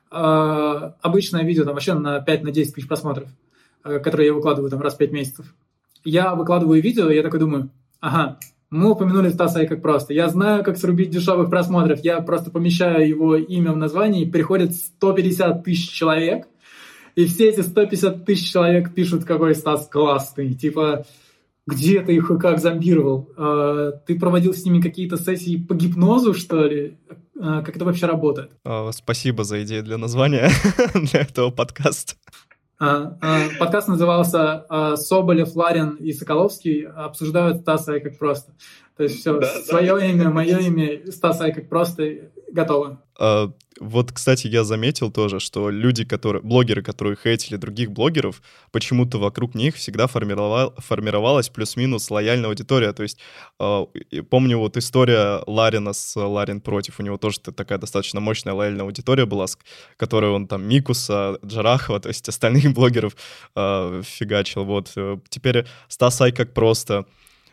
А обычное видео там вообще на пять-десять тысяч просмотров, которые я выкладываю там раз в пять месяцев. Я выкладываю видео, и я такой думаю, ага, мы упомянули Стаса Айкак Просто. Я знаю, как срубить дешевых просмотров. Я просто помещаю его имя в название, и приходит сто пятьдесят тысяч человек, и все эти сто пятьдесят тысяч человек пишут, какой Стас классный. Типа, где ты их и как зомбировал? Ты проводил с ними какие-то сессии по гипнозу, что ли? Как это вообще работает? Спасибо за идею для названия для этого подкаста. А, а, подкаст назывался а, «Соболев, Ларин и Соколовский обсуждают Стаса Айкак Просто». То есть все, да, свое да. имя, мое имя, Стас Айкак Просто, готово. А, вот, кстати, я заметил тоже, что люди, которые, блогеры, которые хейтили других блогеров, почему-то вокруг них всегда формировал, формировалась плюс-минус лояльная аудитория. То есть а, помню вот история Ларина с Ларин против, у него тоже такая достаточно мощная лояльная аудитория была, с которой он там Микуса, Джарахова, то есть остальных блогеров а, фигачил. Вот. Теперь Стас Айкак Просто.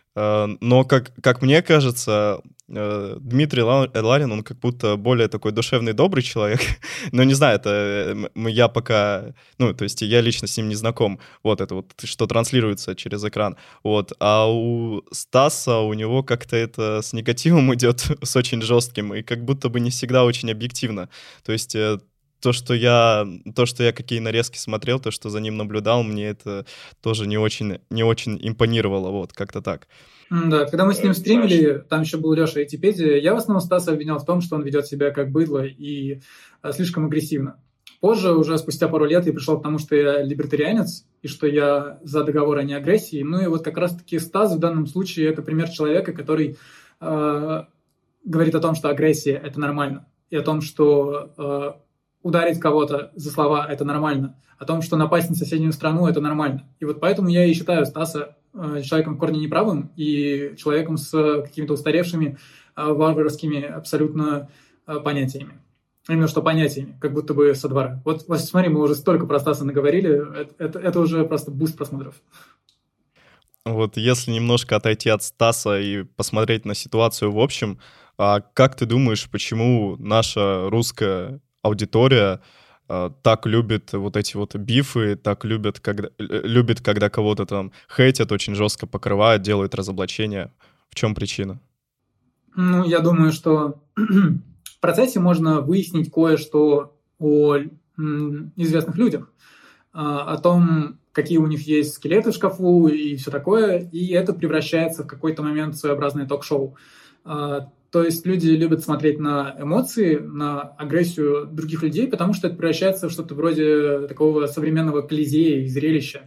Но, как, как мне кажется, Дмитрий Ларин, он как будто более такой душевный, добрый человек. Но не знаю, это я пока... Ну, то есть я лично с ним не знаком. Вот это вот, что транслируется через экран. Вот. А у Стаса, у него как-то это с негативом идет, с очень жестким, и как будто бы не всегда очень объективно. То есть... То что, я, то, что я какие нарезки смотрел, то, что за ним наблюдал, мне это тоже не очень, не очень импонировало, вот, как-то так. Да, когда мы с ним стримили, там еще был Леша Этипедия, я в основном Стаса обвинял в том, что он ведет себя как быдло и а, слишком агрессивно. Позже, уже спустя пару лет, я пришел к тому, что я либертарианец, и что я за договор о неагрессии. Ну и вот как раз-таки Стас в данном случае это пример человека, который э, говорит о том, что агрессия – это нормально, и о том, что... Э, ударить кого-то за слова – это нормально. О том, что напасть на соседнюю страну – это нормально. И вот поэтому я и считаю Стаса э, человеком в корне неправым и человеком с какими-то устаревшими, э, варварскими абсолютно э, понятиями. Именно что понятиями, как будто бы со двора. Вот, вот смотри, мы уже столько про Стаса наговорили, это, это, это уже просто буст просмотров. Вот если немножко отойти от Стаса и посмотреть на ситуацию в общем, а как ты думаешь, почему наша русская аудитория э, так любит вот эти вот бифы, так любит, когда, любит, когда кого-то там хейтят, очень жестко покрывают, делают разоблачения? В чем причина? Ну, я думаю, что в процессе можно выяснить кое-что о м, известных людях, о том, какие у них есть скелеты в шкафу и все такое, и это превращается в какой-то момент в своеобразное ток-шоу. То есть люди любят смотреть на эмоции, на агрессию других людей, потому что это превращается в что-то вроде такого современного колизея и зрелища.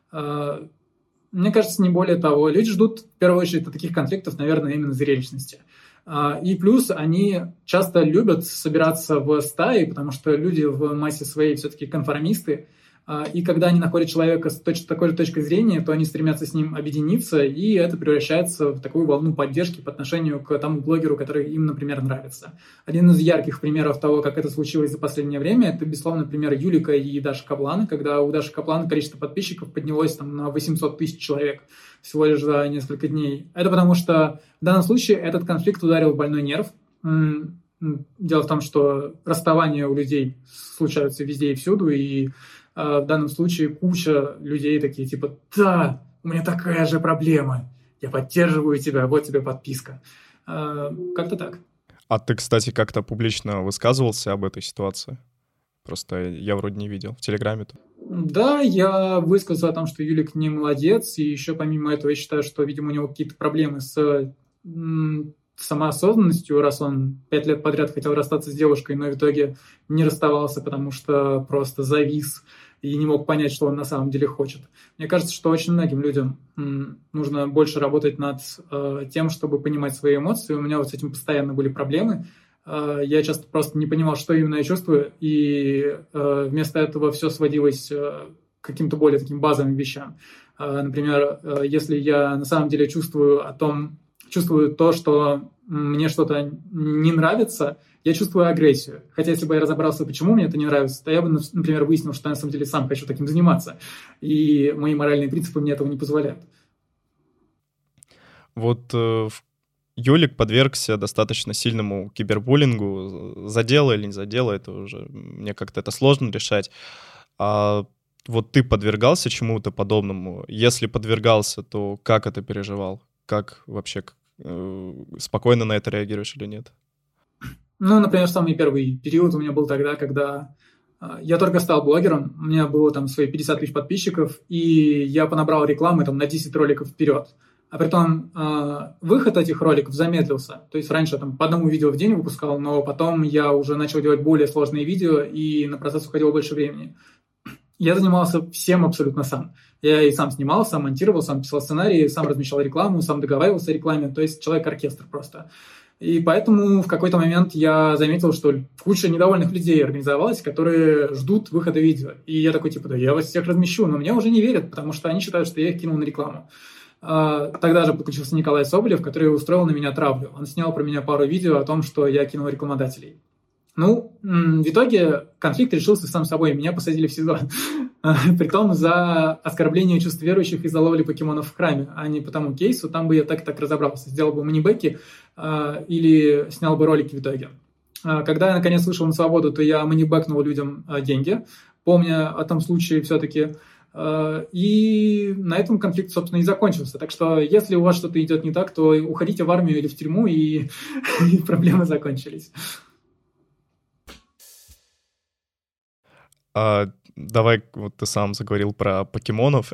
Мне кажется, не более того. Люди ждут, в первую очередь, от таких конфликтов, наверное, именно зрелищности. И плюс они часто любят собираться в стаи, потому что люди в массе своей все-таки конформисты, и когда они находят человека с точно такой же точкой зрения, то они стремятся с ним объединиться, и это превращается в такую волну поддержки по отношению к тому блогеру, который им, например, нравится. Один из ярких примеров того, как это случилось за последнее время, это, безусловно, пример Юлика и Даши Каплан, когда у Даши Каплан количество подписчиков поднялось там, на восемьсот тысяч человек всего лишь за несколько дней. Это потому что в данном случае этот конфликт ударил в больной нерв. Дело в том, что расставания у людей случаются везде и всюду, и в данном случае куча людей такие, типа, да, у меня такая же проблема, я поддерживаю тебя, вот тебе подписка. Как-то так. А ты, кстати, как-то публично высказывался об этой ситуации? Просто я вроде не видел. В Телеграме-то. Да, я высказал о том, что Юлик не молодец, и еще помимо этого я считаю, что, видимо, у него какие-то проблемы с самоосознанностью, раз он пять лет подряд хотел расстаться с девушкой, но в итоге не расставался, потому что просто завис и не мог понять, что он на самом деле хочет. Мне кажется, что очень многим людям нужно больше работать над э, тем, чтобы понимать свои эмоции. У меня вот с этим постоянно были проблемы. Э, я часто просто не понимал, что именно я чувствую, и э, вместо этого все сводилось э, к каким-то более таким базовым вещам. Э, например, э, если я на самом деле чувствую о том, чувствую то, что мне что-то не нравится, я чувствую агрессию. Хотя если бы я разобрался, почему мне это не нравится, то я бы, например, выяснил, что я на самом деле сам хочу таким заниматься. И мои моральные принципы мне этого не позволяют. Вот э, Юлик подвергся достаточно сильному кибербуллингу. Задело или не задело, это уже мне как-то это сложно решать. А вот ты подвергался чему-то подобному? Если подвергался, то как это переживал? Как вообще э, спокойно на это реагируешь или нет? Ну, например, самый первый период у меня был тогда, когда э, я только стал блогером, у меня было там свои пятьдесят тысяч подписчиков, и я понабрал рекламы там на десять роликов вперед. А при том э, выход этих роликов замедлился. То есть раньше я там по одному видео в день выпускал, но потом я уже начал делать более сложные видео, и на процесс уходило больше времени. Я занимался всем абсолютно сам. Я и сам снимал, сам монтировал, сам писал сценарии, сам размещал рекламу, сам договаривался о рекламе. То есть человек-оркестр просто. И поэтому в какой-то момент я заметил, что куча недовольных людей организовалась, которые ждут выхода видео. И я такой, типа, да я вас всех размещу, но мне уже не верят, потому что они считают, что я их кинул на рекламу. Тогда же подключился Николай Соболев, который устроил на меня травлю. Он снял про меня пару видео о том, что я кинул рекламодателей. Ну, в итоге конфликт решился сам собой, меня посадили в СИЗО. Притом за оскорбление чувств верующих и за ловли покемонов в храме, а не по тому кейсу. Там бы я так и так разобрался. Сделал бы манибэки э, или снял бы ролики в итоге. Э, когда я наконец вышел на свободу, то я манибэкнул людям э, деньги, помня о том случае все-таки. Э, и на этом конфликт, собственно, и закончился. Так что если у вас что-то идет не так, то уходите в армию или в тюрьму, и, и проблемы закончились. А, давай, вот ты сам заговорил про покемонов.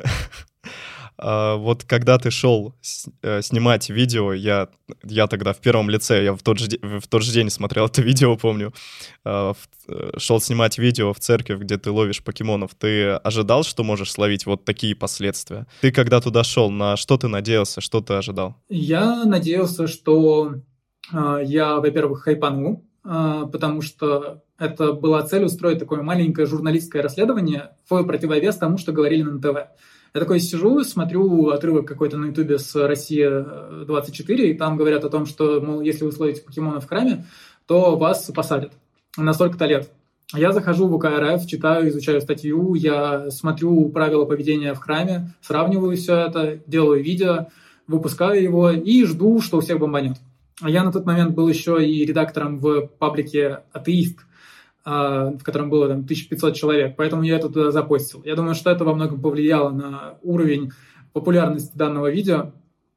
а, вот когда ты шел с, э, снимать видео, я, я тогда в первом лице, я в тот же, в тот же день смотрел это видео, помню, а, в, шел снимать видео в церковь, где ты ловишь покемонов. Ты ожидал, что можешь словить вот такие последствия? Ты когда туда шел, на что ты надеялся, что ты ожидал? Я надеялся, что э, я, во-первых, хайпану, э, потому что это была цель устроить такое маленькое журналистское расследование в противовес тому, что говорили на эн тэ вэ. Я такой сижу, смотрю отрывок какой-то на ютубе с Россия двадцать четыре, и там говорят о том, что, мол, если вы словите покемонов в храме, то вас посадят на столько-то лет. Я захожу в у ка эр эф, читаю, изучаю статью, я смотрю правила поведения в храме, сравниваю все это, делаю видео, выпускаю его и жду, что у всех бомбанет. Я на тот момент был еще и редактором в паблике «Атеист», в котором было там тысяча пятьсот человек, поэтому я это туда запостил. Я думаю, что это во многом повлияло на уровень популярности данного видео.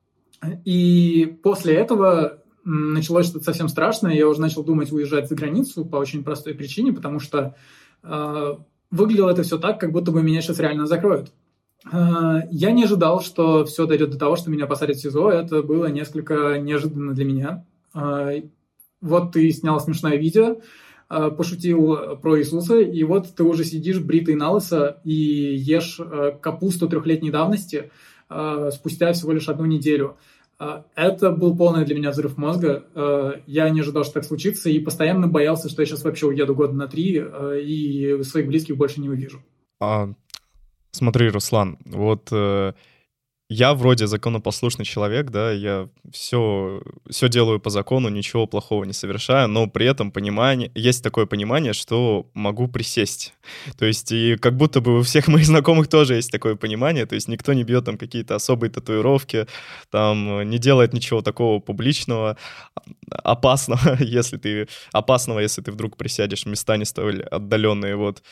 И после этого началось что-то совсем страшное. Я уже начал думать уезжать за границу по очень простой причине, потому что э, выглядело это все так, как будто бы меня сейчас реально закроют. Э, я не ожидал, что все дойдет до того, что меня посадят в СИЗО. Это было несколько неожиданно для меня. Э, вот ты снял смешное видео, пошутил про Иисуса, и вот ты уже сидишь бритый на лысо и ешь капусту трехлетней давности спустя всего лишь одну неделю. Это был полный для меня взрыв мозга. Я не ожидал, что так случится, и постоянно боялся, что я сейчас вообще уеду года на три и своих близких больше не увижу. А, смотри, Руслан, вот я вроде законопослушный человек, да, я все, все делаю по закону, ничего плохого не совершаю, но при этом понимание, есть такое понимание, что могу присесть. То есть и как будто бы у всех моих знакомых тоже есть такое понимание, то есть никто не бьет там какие-то особые татуировки, там не делает ничего такого публичного, опасного, если ты, опасного, если ты вдруг присядешь в места не столь отдаленные, вот.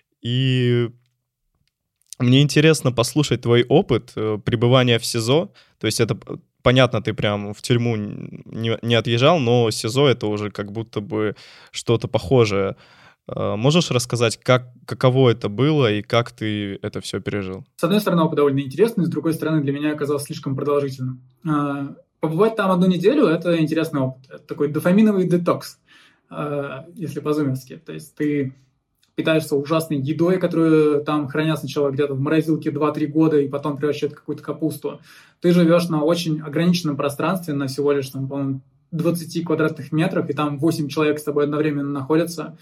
И мне интересно послушать твой опыт э, пребывания в СИЗО. То есть это, понятно, ты прям в тюрьму не, не отъезжал, но СИЗО — это уже как будто бы что-то похожее. Э, можешь рассказать, как, каково это было и как ты это все пережил? С одной стороны, опыт довольно интересный, с другой стороны, для меня оказалось слишком продолжительным. Э, побывать там одну неделю — это интересный опыт. Это такой дофаминовый детокс, э, если по-зумерски. То есть ты питаешься ужасной едой, которую там хранят сначала где-то в морозилке два-три года и потом превращают в какую-то капусту. Ты живешь на очень ограниченном пространстве, на всего лишь, там, по-моему, двадцати квадратных метрах, и там восемь человек с тобой одновременно находятся.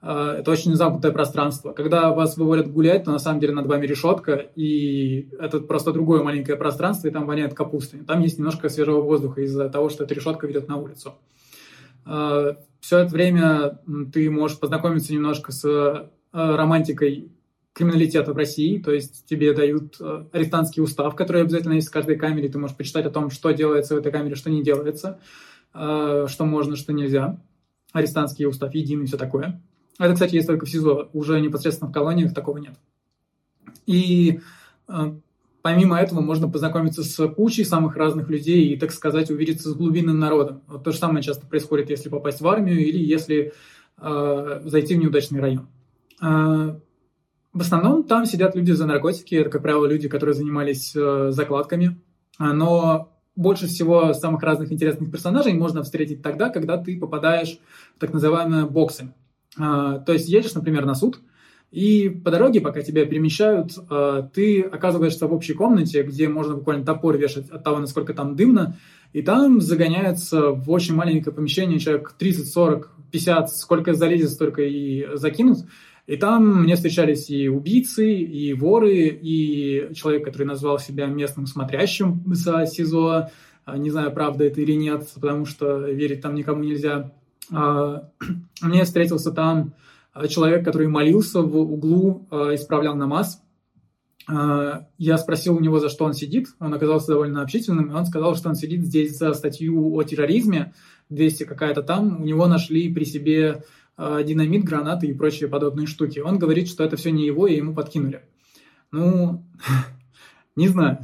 это очень замкнутое пространство. Когда вас выводят гулять, то на самом деле над вами решетка, и это просто другое маленькое пространство, и там воняет капустой. Там есть немножко свежего воздуха из-за того, что эта решетка ведет на улицу. Все это время ты можешь познакомиться немножко с романтикой криминалитета в России, то есть тебе дают арестантский устав, который обязательно есть в каждой камере, ты можешь почитать о том, что делается в этой камере, что не делается, что можно, что нельзя. Арестантский устав единый, все такое. Это, кстати, есть только в СИЗО, уже непосредственно в колониях такого нет. И помимо этого можно познакомиться с кучей самых разных людей и, так сказать, увидеться с глубинным народом. Вот то же самое часто происходит, если попасть в армию или если э, зайти в неудачный район. Э, в основном там сидят люди за наркотики, это, как правило, люди, которые занимались э, закладками, но больше всего самых разных интересных персонажей можно встретить тогда, когда ты попадаешь в так называемые боксы. Э, то есть едешь, например, на суд, и по дороге, пока тебя перемещают, ты оказываешься в общей комнате, где можно буквально топор вешать от того, насколько там дымно, и там загоняется в очень маленькое помещение человек тридцать, сорок, пятьдесят, сколько залезет, столько и закинут. И там мне встречались и убийцы, и воры, и человек, который назвал себя местным смотрящим за СИЗО. Не знаю, правда это или нет, потому что верить там никому нельзя. Мне встретился там человек, который молился в углу, э, исправлял намаз. Э, я спросил у него, за что он сидит. Он оказался довольно общительным, и он сказал, что он сидит здесь за статью о терроризме, двести какая-то там. У него нашли при себе э, динамит, гранаты и прочие подобные штуки. Он говорит, что это все не его, и ему подкинули. Ну, не знаю.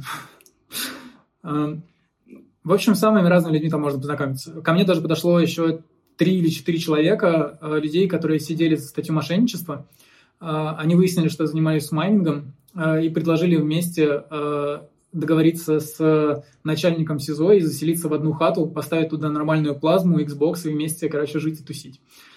В общем, с самыми разными людьми там можно познакомиться. Ко мне даже подошло еще три или четыре человека, людей, которые сидели за статью мошенничества. Они выяснили, что занимались майнингом, и предложили вместе договориться с начальником СИЗО и заселиться в одну хату, поставить туда нормальную плазму, Xbox и вместе, короче, жить и тусить.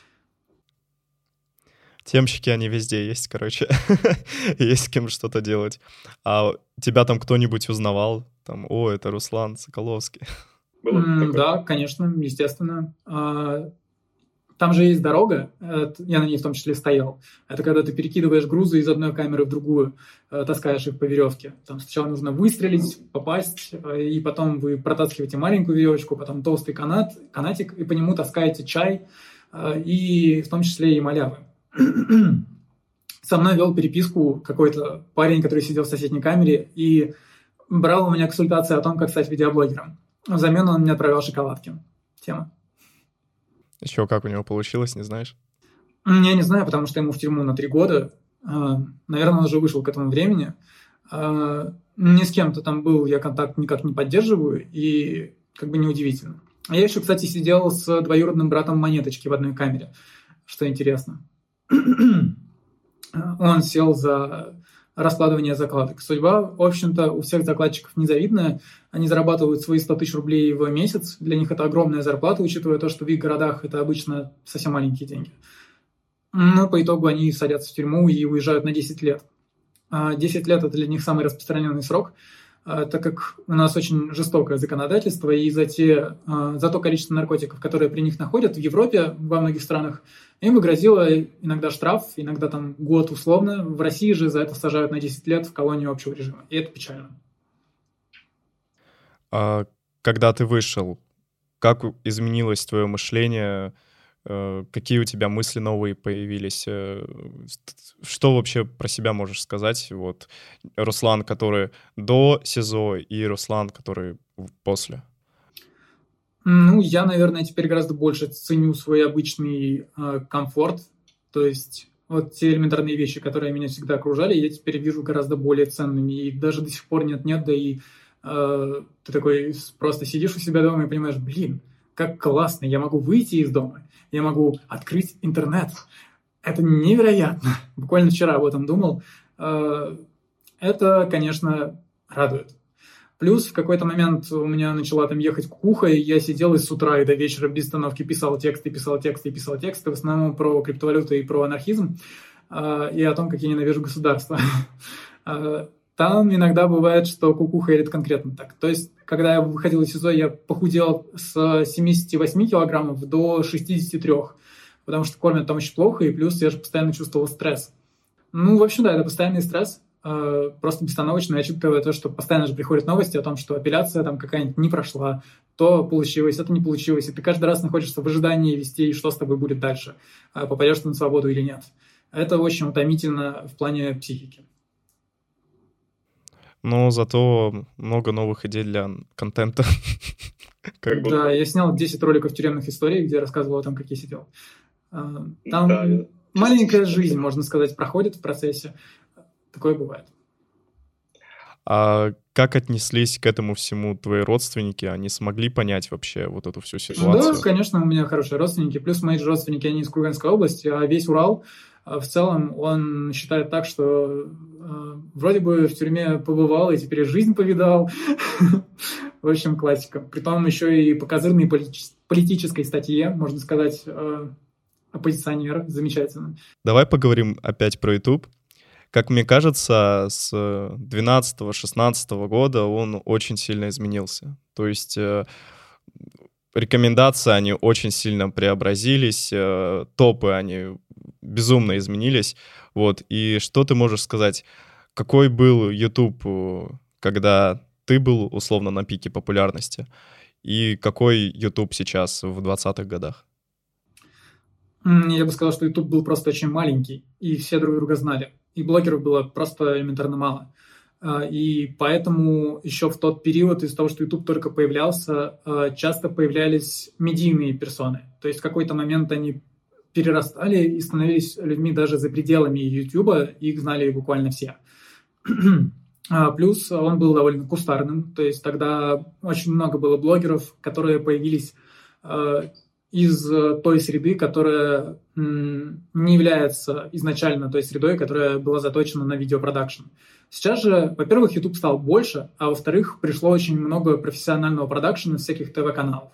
Темщики, они везде есть, короче. Есть с кем что-то делать. А тебя там кто-нибудь узнавал? Там, о, это Руслан Соколовский. Mm, да, конечно, естественно. Там же есть дорога, я на ней в том числе стоял. Это когда ты перекидываешь грузы из одной камеры в другую, таскаешь их по веревке. Там сначала нужно выстрелить, попасть, и потом вы протаскиваете маленькую веревочку, потом толстый канат, канатик, и по нему таскаете чай, и в том числе и малявы. Со мной вел переписку какой-то парень, который сидел в соседней камере, и брал у меня консультации о том, как стать видеоблогером. Взамен он мне отправлял шоколадки. Тема. Еще как у него получилось, не знаешь? Я не знаю, потому что ему в тюрьму на три года. Наверное, он уже вышел к этому времени. Ни с кем-то там был, я контакт никак не поддерживаю, и как бы неудивительно. А я еще, кстати, сидел с двоюродным братом Монеточки в одной камере, что интересно. Он сел за раскладывание закладок. Судьба, в общем-то, у всех закладчиков незавидная. Они зарабатывают свои сто тысяч рублей в месяц. Для них это огромная зарплата, учитывая то, что в их городах это обычно совсем маленькие деньги. Но по итогу они садятся в тюрьму и уезжают на десять лет. десять лет – это для них самый распространенный срок, так как у нас очень жестокое законодательство, и за, те, за то количество наркотиков, которые при них находят в Европе, во многих странах, им бы грозило иногда штраф, иногда там год условно. В России же за это сажают на десять лет в колонию общего режима, и это печально. А когда ты вышел, как изменилось твое мышление? Какие у тебя мысли новые появились? Что вообще про себя можешь сказать? Вот Руслан, который до СИЗО, и Руслан, который после. Ну, я, наверное, теперь гораздо больше ценю свой обычный э, комфорт. То есть вот те элементарные вещи, которые меня всегда окружали, я теперь вижу гораздо более ценными. И даже до сих пор нет-нет, да и э, ты такой просто сидишь у себя дома и понимаешь, блин, как классно, я могу выйти из дома, я могу открыть интернет. Это невероятно. Буквально вчера об этом думал. Э, это, конечно, радует. Плюс в какой-то момент у меня начала там ехать кукуха, и я сидел и с утра и до вечера без остановки писал тексты, писал тексты, писал тексты, в основном про криптовалюту и про анархизм, э, и о том, как я ненавижу государство. Там иногда бывает, что кукуха едет конкретно так. То есть, когда я выходил из СИЗО, я похудел с семьдесят восемь килограммов до шестьдесят три. потому что кормят там очень плохо, и плюс я же постоянно чувствовал стресс. Ну, в общем, да, это постоянный стресс, просто безостановочно, учитывая то, что постоянно же приходят новости о том, что апелляция там какая-нибудь не прошла, то получилось, это не получилось, и ты каждый раз находишься в ожидании вестей, что с тобой будет дальше, попадешь ты на свободу или нет. Это очень утомительно в плане психики. Но зато много новых идей для контента. Как бы. Да, я снял десять роликов тюремных историй, где рассказывал о том, как я сидел. Там да, маленькая жизнь, можно сказать, проходит в процессе. Такое бывает. А как отнеслись к этому всему твои родственники? Они смогли понять вообще вот эту всю ситуацию? Да, конечно, у меня хорошие родственники. Плюс мои же родственники, они из Курганской области, а весь Урал в целом, он считает так, что э, вроде бы в тюрьме побывал и теперь жизнь повидал. В общем, классика. Притом еще и по козырной политической статье, можно сказать, э, оппозиционер. Замечательно. Давай поговорим опять про YouTube. Как мне кажется, с двенадцатого-шестнадцатого года он очень сильно изменился. То есть э, рекомендации, они очень сильно преобразились, э, топы, они безумно изменились. Вот. И что ты можешь сказать, какой был YouTube, когда ты был условно на пике популярности, и какой YouTube сейчас в двадцатых годах? Я бы сказал, что YouTube был просто очень маленький, и все друг друга знали. И блогеров было просто элементарно мало. И поэтому еще в тот период, из-за того, что YouTube только появлялся, часто появлялись медийные персоны. То есть в какой-то момент они перерастали и становились людьми даже за пределами YouTube, их знали буквально все. Плюс он был довольно кустарным, то есть тогда очень много было блогеров, которые появились из той среды, которая не является изначально той средой, которая была заточена на видеопродакшн. Сейчас же, во-первых, YouTube стал больше, а во-вторых, пришло очень много профессионального продакшена всяких ТВ-каналов.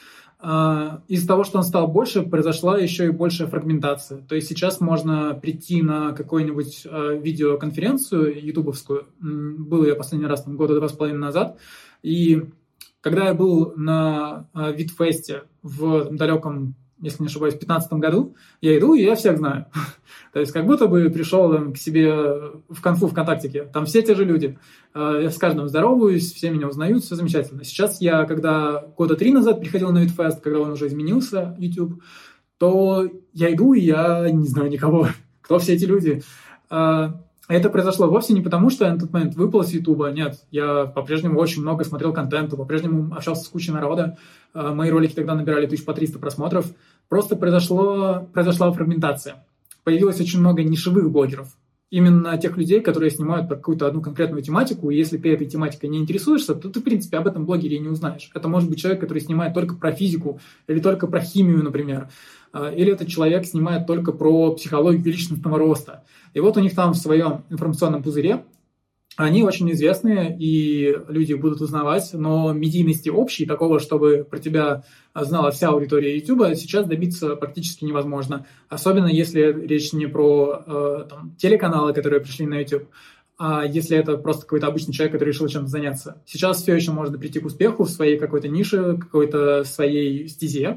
Из-за того, что он стал больше, произошла еще и большая фрагментация. То есть сейчас можно прийти на какую-нибудь видеоконференцию ютубовскую, был я последний раз там, года два с половиной назад, и когда я был на Витфесте в далеком, если не ошибаюсь, в пятнадцатом году, я иду, и я всех знаю. То есть как будто бы пришел там, к себе в конфу ВКонтактике. Там все те же люди. Я с каждым здороваюсь, все меня узнают, все замечательно. Сейчас я, когда года три назад приходил на Витфест, когда он уже изменился, YouTube, то я иду, и я не знаю никого. Кто все эти люди? Это произошло вовсе не потому, что я на тот момент выпал из Ютуба. Нет, я по-прежнему очень много смотрел контента, по-прежнему общался с кучей народа. Мои ролики тогда набирали тысяч по триста просмотров. Просто произошло, произошла фрагментация. Появилось очень много нишевых блогеров. Именно тех людей, которые снимают про какую-то одну конкретную тематику, и если ты этой тематикой не интересуешься, то ты, в принципе, об этом блогере и не узнаешь. Это может быть человек, который снимает только про физику, или только про химию, например. Или этот человек снимает только про психологию личностного роста. И вот у них там в своем информационном пузыре они очень известные, и люди будут узнавать, но медийности общей, такого, чтобы про тебя знала вся аудитория YouTube, сейчас добиться практически невозможно. Особенно если речь не про э, там, телеканалы, которые пришли на YouTube, а если это просто какой-то обычный человек, который решил чем-то заняться. Сейчас все еще можно прийти к успеху в своей какой-то нише, какой-то своей стезе,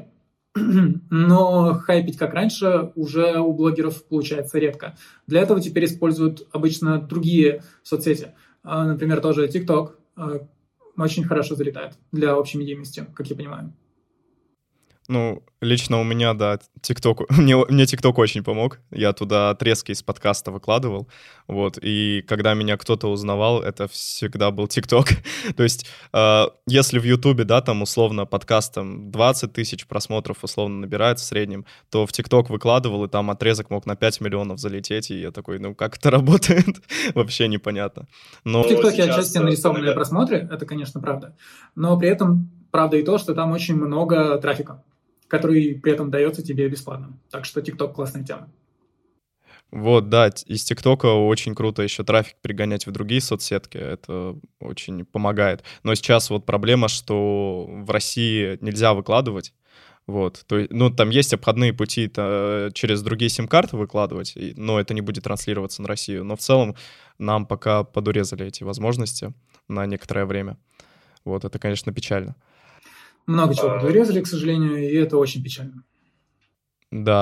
но хайпить как раньше уже у блогеров получается редко. Для этого теперь используют обычно другие соцсети. Например, тоже TikTok очень хорошо залетает для общей медийности, как я понимаю. Ну, лично у меня, да, TikTok, мне, мне TikTok очень помог. Я туда отрезки из подкаста выкладывал, вот, и когда меня кто-то узнавал, это всегда был TikTok. То есть, э, если в YouTube, да, там, условно, подкаст, там, двадцать тысяч просмотров, условно, набирается в среднем, то в TikTok выкладывал, и там отрезок мог на пять миллионов залететь, и я такой, ну, как это работает? Вообще непонятно. Но в TikTok отчасти нарисованные просмотры, это, конечно, правда, но при этом правда и то, что там очень много трафика, который при этом дается тебе бесплатно. Так что TikTok классная тема. Вот, да, из ТикТока очень круто еще трафик пригонять в другие соцсетки, это очень помогает. Но сейчас вот проблема, что в России нельзя выкладывать, вот, то есть, ну, там есть обходные пути через другие сим-карты выкладывать, но это не будет транслироваться на Россию. Но в целом нам пока подурезали эти возможности на некоторое время. Вот, это, конечно, печально. Много чего подурезали, к сожалению, и это очень печально. Да.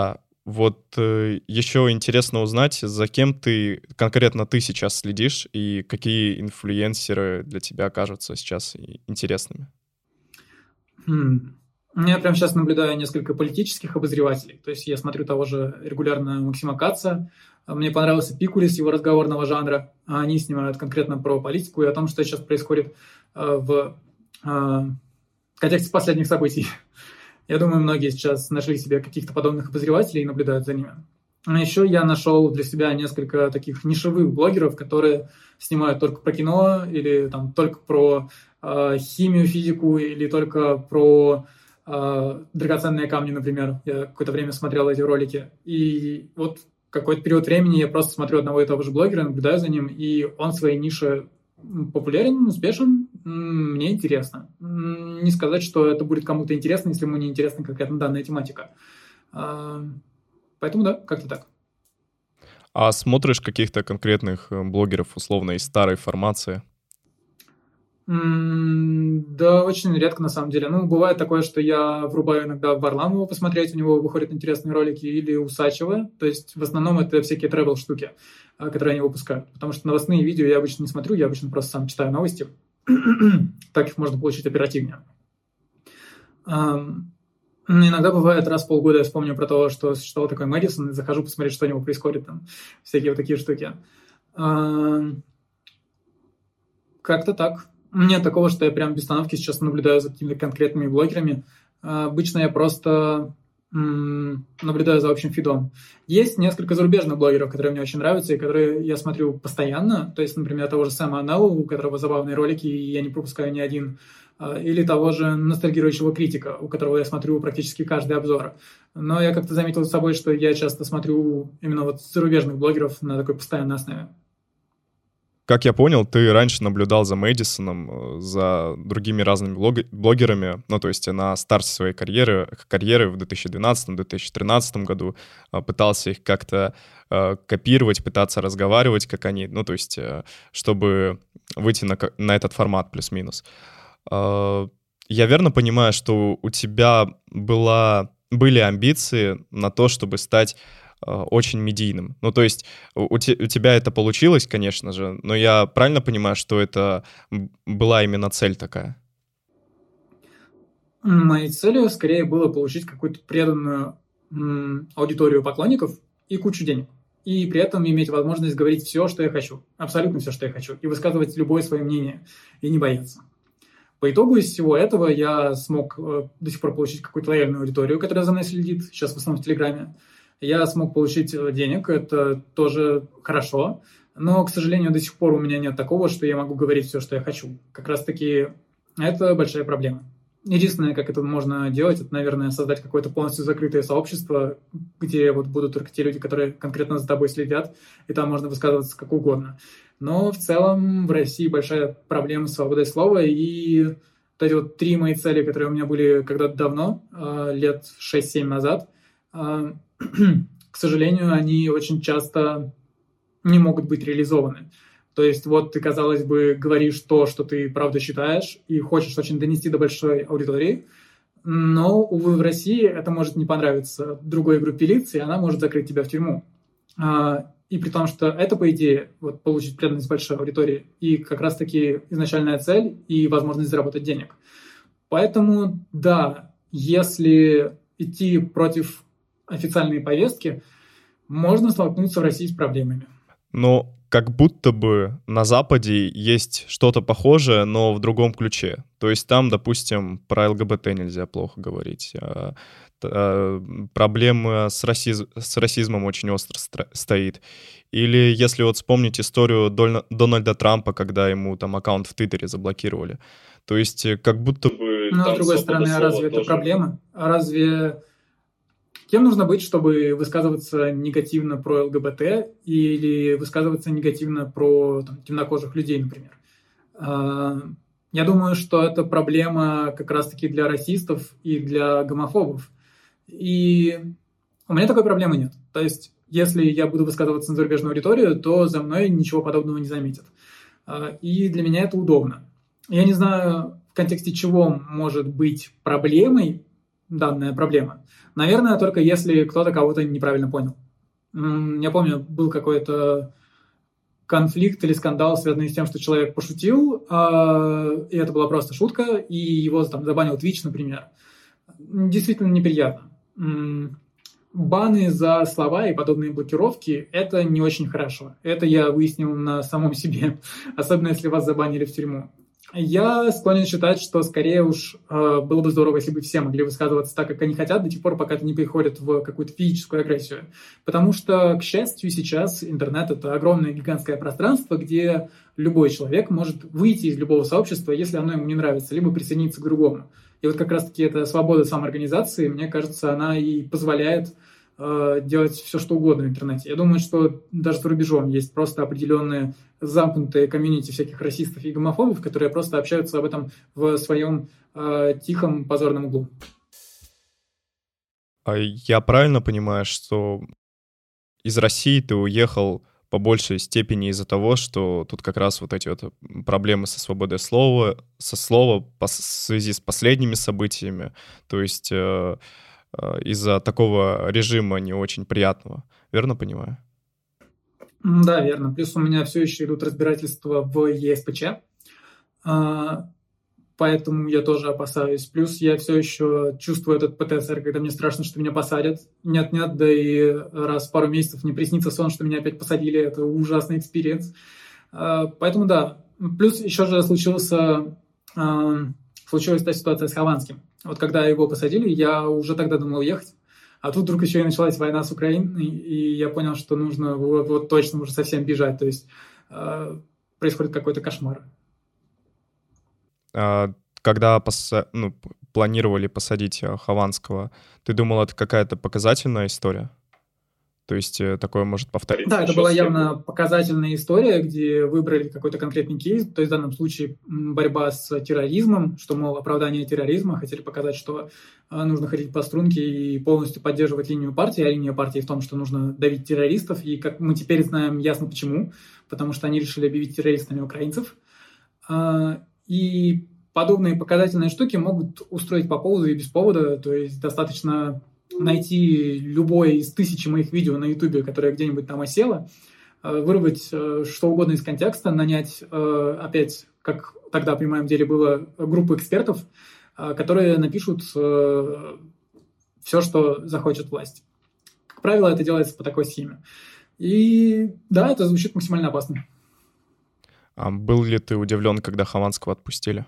Вот э, еще интересно узнать, за кем ты, конкретно ты сейчас следишь, и какие инфлюенсеры для тебя кажутся сейчас интересными? Хм. Я прямо сейчас наблюдаю несколько политических обозревателей. То есть я смотрю того же регулярно Максима Каца. Мне понравился Пикулис, его разговорного жанра. Они снимают конкретно про политику и о том, что сейчас происходит в контексте последних событий. Я думаю, многие сейчас нашли себе каких-то подобных обозревателей и наблюдают за ними. А еще я нашел для себя несколько таких нишевых блогеров, которые снимают только про кино или там, только про э, химию, физику или только про э, драгоценные камни, например. Я какое-то время смотрел эти ролики. И вот какой-то период времени я просто смотрю одного и того же блогера, наблюдаю за ним, и он в своей нише популярен, успешен, мне интересно. Не сказать, что это будет кому-то интересно, если ему не интересна конкретно данная тематика. Поэтому да, как-то так. А смотришь каких-то конкретных блогеров, условно, из старой формации? Да, очень редко на самом деле. Ну, бывает такое, что я врубаю иногда Варламова посмотреть, у него выходят интересные ролики, или Усачева. То есть в основном это всякие тревел-штуки, которые они выпускают. Потому что новостные видео я обычно не смотрю, я обычно просто сам читаю новости. Так их можно получить оперативнее. Иногда бывает, раз в полгода я вспомню про то, что существовал такой Мэдисон, и захожу посмотреть, что у него происходит там. Всякие вот такие штуки. Как-то так. Нет такого, что я прям без остановки сейчас наблюдаю за какими-то конкретными блогерами. Обычно я просто м- наблюдаю за общим фидом. Есть несколько зарубежных блогеров, которые мне очень нравятся и которые я смотрю постоянно. То есть, например, того же Сэма Анеллу, у которого забавные ролики, и я не пропускаю ни один. Или того же ностальгирующего критика, у которого я смотрю практически каждый обзор. Но я как-то заметил с собой, что я часто смотрю именно вот зарубежных блогеров на такой постоянной основе. Как я понял, ты раньше наблюдал за Мэдисоном, за другими разными блогерами, ну, то есть на старте своей карьеры, карьеры в две тысячи двенадцатом - две тысячи тринадцатом году, пытался их как-то копировать, пытаться разговаривать, как они, ну, то есть чтобы выйти на, на этот формат плюс-минус. Я верно понимаю, что у тебя была, были амбиции на то, чтобы стать очень медийным. Ну, то есть у, те, у тебя это получилось, конечно же, но я правильно понимаю, что это была именно цель такая? Моей целью скорее было получить какую-то преданную м, аудиторию поклонников и кучу денег. И при этом иметь возможность говорить все, что я хочу. Абсолютно все, что я хочу. И высказывать любое свое мнение. И не бояться. По итогу из всего этого я смог э, до сих пор получить какую-то лояльную аудиторию, которая за мной следит. Сейчас в основном в Телеграме. Я смог получить денег, это тоже хорошо, но, к сожалению, до сих пор у меня нет такого, что я могу говорить все, что я хочу. Как раз-таки это большая проблема. Единственное, как это можно делать, это, наверное, создать какое-то полностью закрытое сообщество, где вот будут только те люди, которые конкретно за тобой следят, и там можно высказываться как угодно. Но в целом в России большая проблема с свободой слова, и вот эти вот три мои цели, которые у меня были когда-то давно, лет шесть-семь назад, к сожалению, они очень часто не могут быть реализованы. То есть вот ты, казалось бы, говоришь то, что ты правда считаешь, и хочешь очень донести до большой аудитории, но, увы, в России это может не понравиться другой группе лиц, и она может закрыть тебя в тюрьму. И при том, что это, по идее, вот, получить преданность большой аудитории, и как раз-таки изначальная цель и возможность заработать денег. Поэтому, да, если идти против официальные повестки, можно столкнуться в России с проблемами. Но как будто бы на Западе есть что-то похожее, но в другом ключе. То есть там, допустим, про ЛГБТ нельзя плохо говорить. Проблема с, расиз... с расизмом очень остро стро... стоит. Или если вот вспомнить историю Дольна... Дональда Трампа, когда ему там аккаунт в Твиттере заблокировали. То есть как будто бы... Но, с другой стороны, а разве тоже... это проблема? А разве... Кем нужно быть, чтобы высказываться негативно про ЛГБТ или высказываться негативно про там, темнокожих людей, например? Я думаю, что это проблема как раз-таки для расистов и для гомофобов. И у меня такой проблемы нет. То есть, если я буду высказываться на зарубежную аудиторию, то за мной ничего подобного не заметят. И для меня это удобно. Я не знаю, в контексте чего может быть проблемой данная проблема? Наверное, только если кто-то кого-то неправильно понял. Я помню, был какой-то конфликт или скандал, связанный с тем, что человек пошутил, и это была просто шутка, и его там забанил Twitch, например. Действительно неприятно. Баны за слова и подобные блокировки – это не очень хорошо. Это я выяснил на самом себе, особенно если вас забанили в тюрьму. Я склонен считать, что скорее уж э, было бы здорово, если бы все могли высказываться так, как они хотят, до тех пор, пока это не переходит в какую-то физическую агрессию. Потому что, к счастью, сейчас интернет – это огромное гигантское пространство, где любой человек может выйти из любого сообщества, если оно ему не нравится, либо присоединиться к другому. И вот как раз-таки эта свобода самоорганизации, мне кажется, она и позволяет э, делать все, что угодно в интернете. Я думаю, что даже за рубежом есть просто определенные замкнутые комьюнити всяких расистов и гомофобов, которые просто общаются об этом в своем э, тихом позорном углу. А я правильно понимаю, что из России ты уехал по большей степени из-за того, что тут как раз вот эти вот проблемы со свободой слова, со слова по, в связи с последними событиями, то есть э, э, из-за такого режима не очень приятного. Верно понимаю? Да, верно. Плюс у меня все еще идут разбирательства в ЕСПЧ, поэтому я тоже опасаюсь. Плюс я все еще чувствую этот ПТСР, когда мне страшно, что меня посадят. Нет-нет, да и раз в пару месяцев мне приснится сон, что меня опять посадили. Это ужасный экспириенс. Поэтому да. Плюс еще же случился, случилась та ситуация с Хованским. Вот когда его посадили, я уже тогда думал уехать. А тут вдруг еще и началась война с Украиной, и я понял, что нужно вот, вот точно уже совсем бежать. То есть э, происходит какой-то кошмар. А, когда поса- ну, планировали посадить Хованского, ты думал, это какая-то показательная история? То есть такое может повториться? Да, это была явно показательная история, где выбрали какой-то конкретный кейс, то есть в данном случае борьба с терроризмом, что, мол, оправдание терроризма, хотели показать, что нужно ходить по струнке и полностью поддерживать линию партии, а линия партии в том, что нужно давить террористов, и как мы теперь знаем ясно почему, потому что они решили объявить террористами украинцев. И подобные показательные штуки могут устроить по поводу и без повода, то есть достаточно найти любое из тысячи моих видео на Ютубе, которое где-нибудь там осело, вырвать что угодно из контекста, нанять опять, как тогда при моем деле было, группу экспертов, которые напишут все, что захочет власть. Как правило, это делается по такой схеме. И да, это звучит максимально опасно. А был ли ты удивлен, когда Хованского отпустили?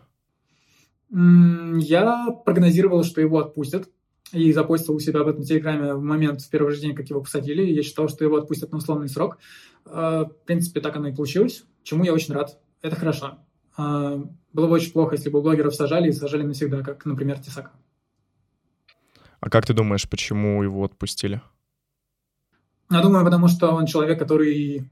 Я прогнозировал, что его отпустят. И запостил у себя об этом в Телеграме в момент в первый же день, как его посадили. Я считал, что его отпустят на условный срок. В принципе, так оно и получилось, чему я очень рад. Это хорошо. Было бы очень плохо, если бы блогеров сажали и сажали навсегда, как, например, Тесака. А как ты думаешь, почему его отпустили? Я думаю, потому что он человек, который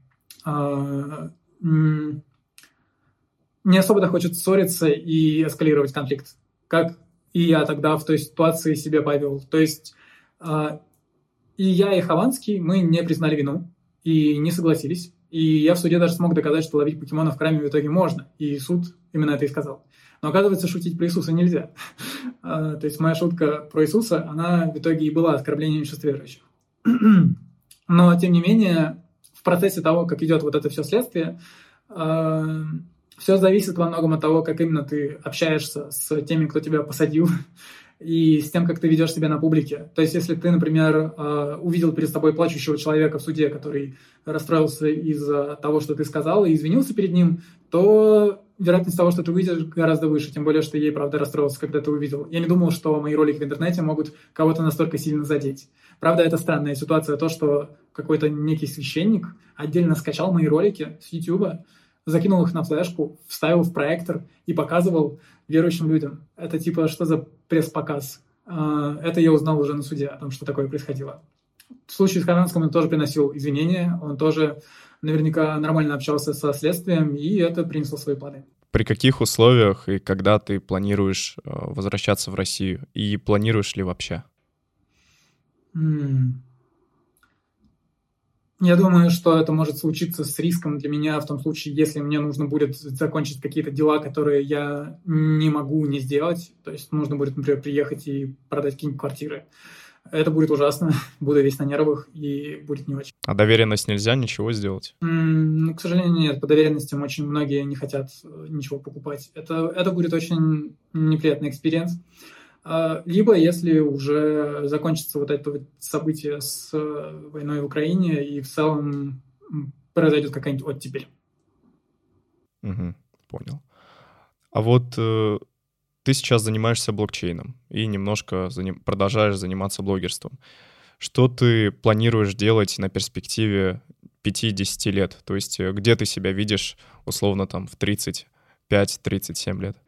не особо хочет ссориться и эскалировать конфликт. Как и я тогда в той ситуации себя повел. То есть э, и я, и Хованский, мы не признали вину и не согласились. И я в суде даже смог доказать, что ловить покемонов в храме в итоге можно. И суд именно это и сказал. Но оказывается, шутить про Иисуса нельзя. э, то есть моя шутка про Иисуса, она в итоге и была оскорблением чувств верующих. Но, тем не менее, в процессе того, как идет вот это все следствие, э, все зависит во многом от того, как именно ты общаешься с теми, кто тебя посадил, и с тем, как ты ведешь себя на публике. То есть, если ты, например, увидел перед собой плачущего человека в суде, который расстроился из-за того, что ты сказал, и извинился перед ним, то вероятность того, что ты выйдешь, гораздо выше. Тем более, что ей, правда, расстроился, когда ты увидел. Я не думал, что мои ролики в интернете могут кого-то настолько сильно задеть. Правда, это странная ситуация, то, что какой-то некий священник отдельно скачал мои ролики с YouTube, закинул их на флешку, вставил в проектор и показывал верующим людям. Это типа, что за пресс-показ? Это я узнал уже на суде о том, что такое происходило. В случае с Хованским он тоже приносил извинения, он тоже наверняка нормально общался со следствием, и это принесло свои плоды. При каких условиях и когда ты планируешь возвращаться в Россию? И планируешь ли вообще? М- Я думаю, что это может случиться с риском для меня в том случае, если мне нужно будет закончить какие-то дела, которые я не могу не сделать. То есть нужно будет, например, приехать и продать какие-нибудь квартиры. Это будет ужасно, буду весь на нервах и будет не очень. А доверенность нельзя ничего сделать? Ну, к сожалению, нет. По доверенностям очень многие не хотят ничего покупать. Это, это будет очень неприятный экспириенс. Либо если уже закончится вот это вот событие с войной в Украине и в целом произойдет какая-нибудь оттепель. Угу, понял. А вот э, ты сейчас занимаешься блокчейном и немножко заним... продолжаешь заниматься блогерством. Что ты планируешь делать на перспективе пяти-десяти лет? То есть где ты себя видишь условно там в тридцать пять - тридцать семь лет?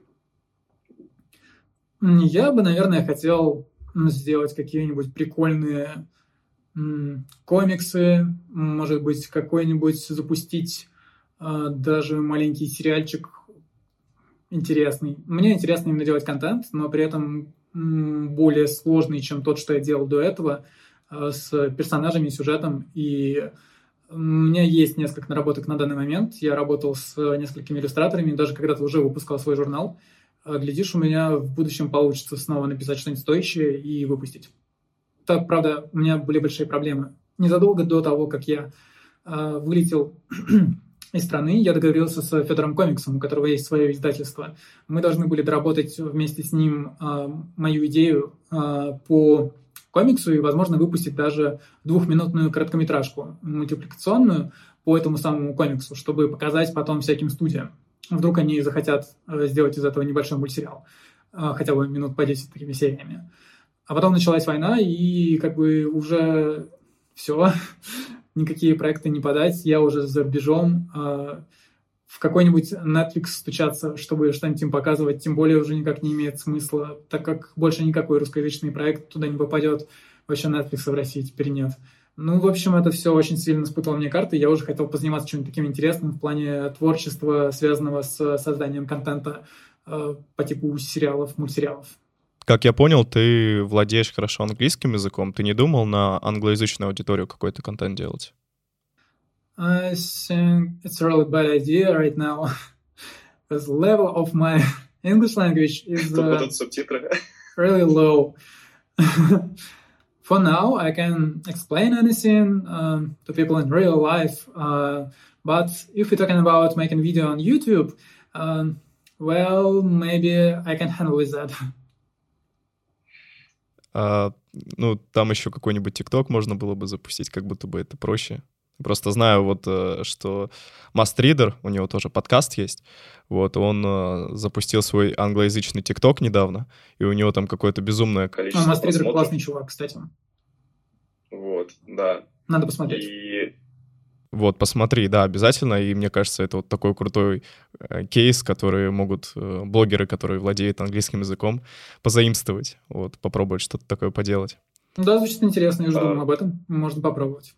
Я бы, наверное, хотел сделать какие-нибудь прикольные м, комиксы, может быть, какой-нибудь запустить э, даже маленький сериальчик интересный. Мне интересно именно делать контент, но при этом м, более сложный, чем тот, что я делал до этого, э, с персонажами, сюжетом. И у меня есть несколько наработок на данный момент. Я работал с несколькими иллюстраторами, даже когда-то уже выпускал свой журнал. Глядишь, у меня в будущем получится снова написать что-нибудь стоящее и выпустить. Так, правда, у меня были большие проблемы. Незадолго до того, как я э, вылетел из страны, я договорился с Федором Комиксом, у которого есть свое издательство. Мы должны были доработать вместе с ним э, мою идею э, по комиксу и, возможно, выпустить даже двухминутную короткометражку мультипликационную по этому самому комиксу, чтобы показать потом всяким студиям. Вдруг они захотят сделать из этого небольшой мультсериал, хотя бы минут по десять такими сериями. А потом началась война, и как бы уже все, никакие проекты не подать. Я уже за рубежом, в какой-нибудь Netflix стучаться, чтобы что-нибудь им показывать, тем более уже никак не имеет смысла, так как больше никакой русскоязычный проект туда не попадет. Вообще Netflix в России теперь нет. Ну, в общем, это все очень сильно спутало мне карты. Я уже хотел позаниматься чем-нибудь таким интересным в плане творчества, связанного с созданием контента э, по типу сериалов, мультсериалов. Как я понял, ты владеешь хорошо английским языком. Ты не думал на англоязычную аудиторию какой-то контент делать? I think it's a really bad idea right now. The level of my English language is uh, really low. For now, I can explain anything um, to people in real life, uh, but if we're talking about making video on YouTube, um, well, maybe I can handle with that. А, ну, там еще какой-нибудь TikTok можно было бы запустить, как будто бы это проще. Просто знаю вот, что Mastreader, у него тоже подкаст есть, вот, он запустил свой англоязычный TikTok недавно, и у него там какое-то безумное количество а, Mastreader классный чувак, кстати. Вот, да. Надо посмотреть. И... Вот, посмотри, да, обязательно, и мне кажется, это вот такой крутой э, кейс, который могут э, блогеры, которые владеют английским языком, позаимствовать, вот, попробовать что-то такое поделать. Да, звучит интересно, я уже а... думаю об этом, можно попробовать.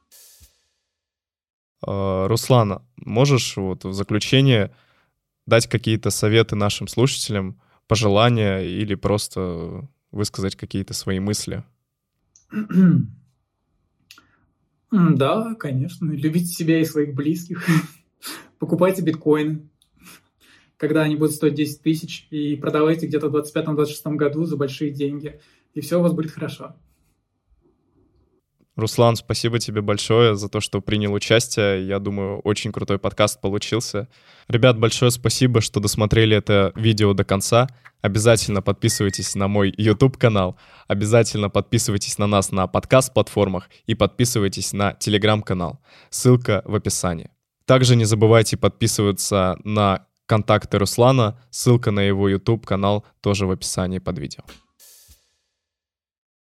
Руслан, можешь вот в заключение дать какие-то советы нашим слушателям, пожелания или просто высказать какие-то свои мысли? Да, конечно. Любите себя и своих близких. Покупайте биткоины, когда они будут стоить десять тысяч, и продавайте где-то в двадцать пятом - двадцать шестом году за большие деньги, и все у вас будет хорошо. Руслан, спасибо тебе большое за то, что принял участие. Я думаю, очень крутой подкаст получился. Ребят, большое спасибо, что досмотрели это видео до конца. Обязательно подписывайтесь на мой YouTube-канал, обязательно подписывайтесь на нас на подкаст-платформах и подписывайтесь на Telegram-канал. Ссылка в описании. Также не забывайте подписываться на контакты Руслана. Ссылка на его YouTube-канал тоже в описании под видео.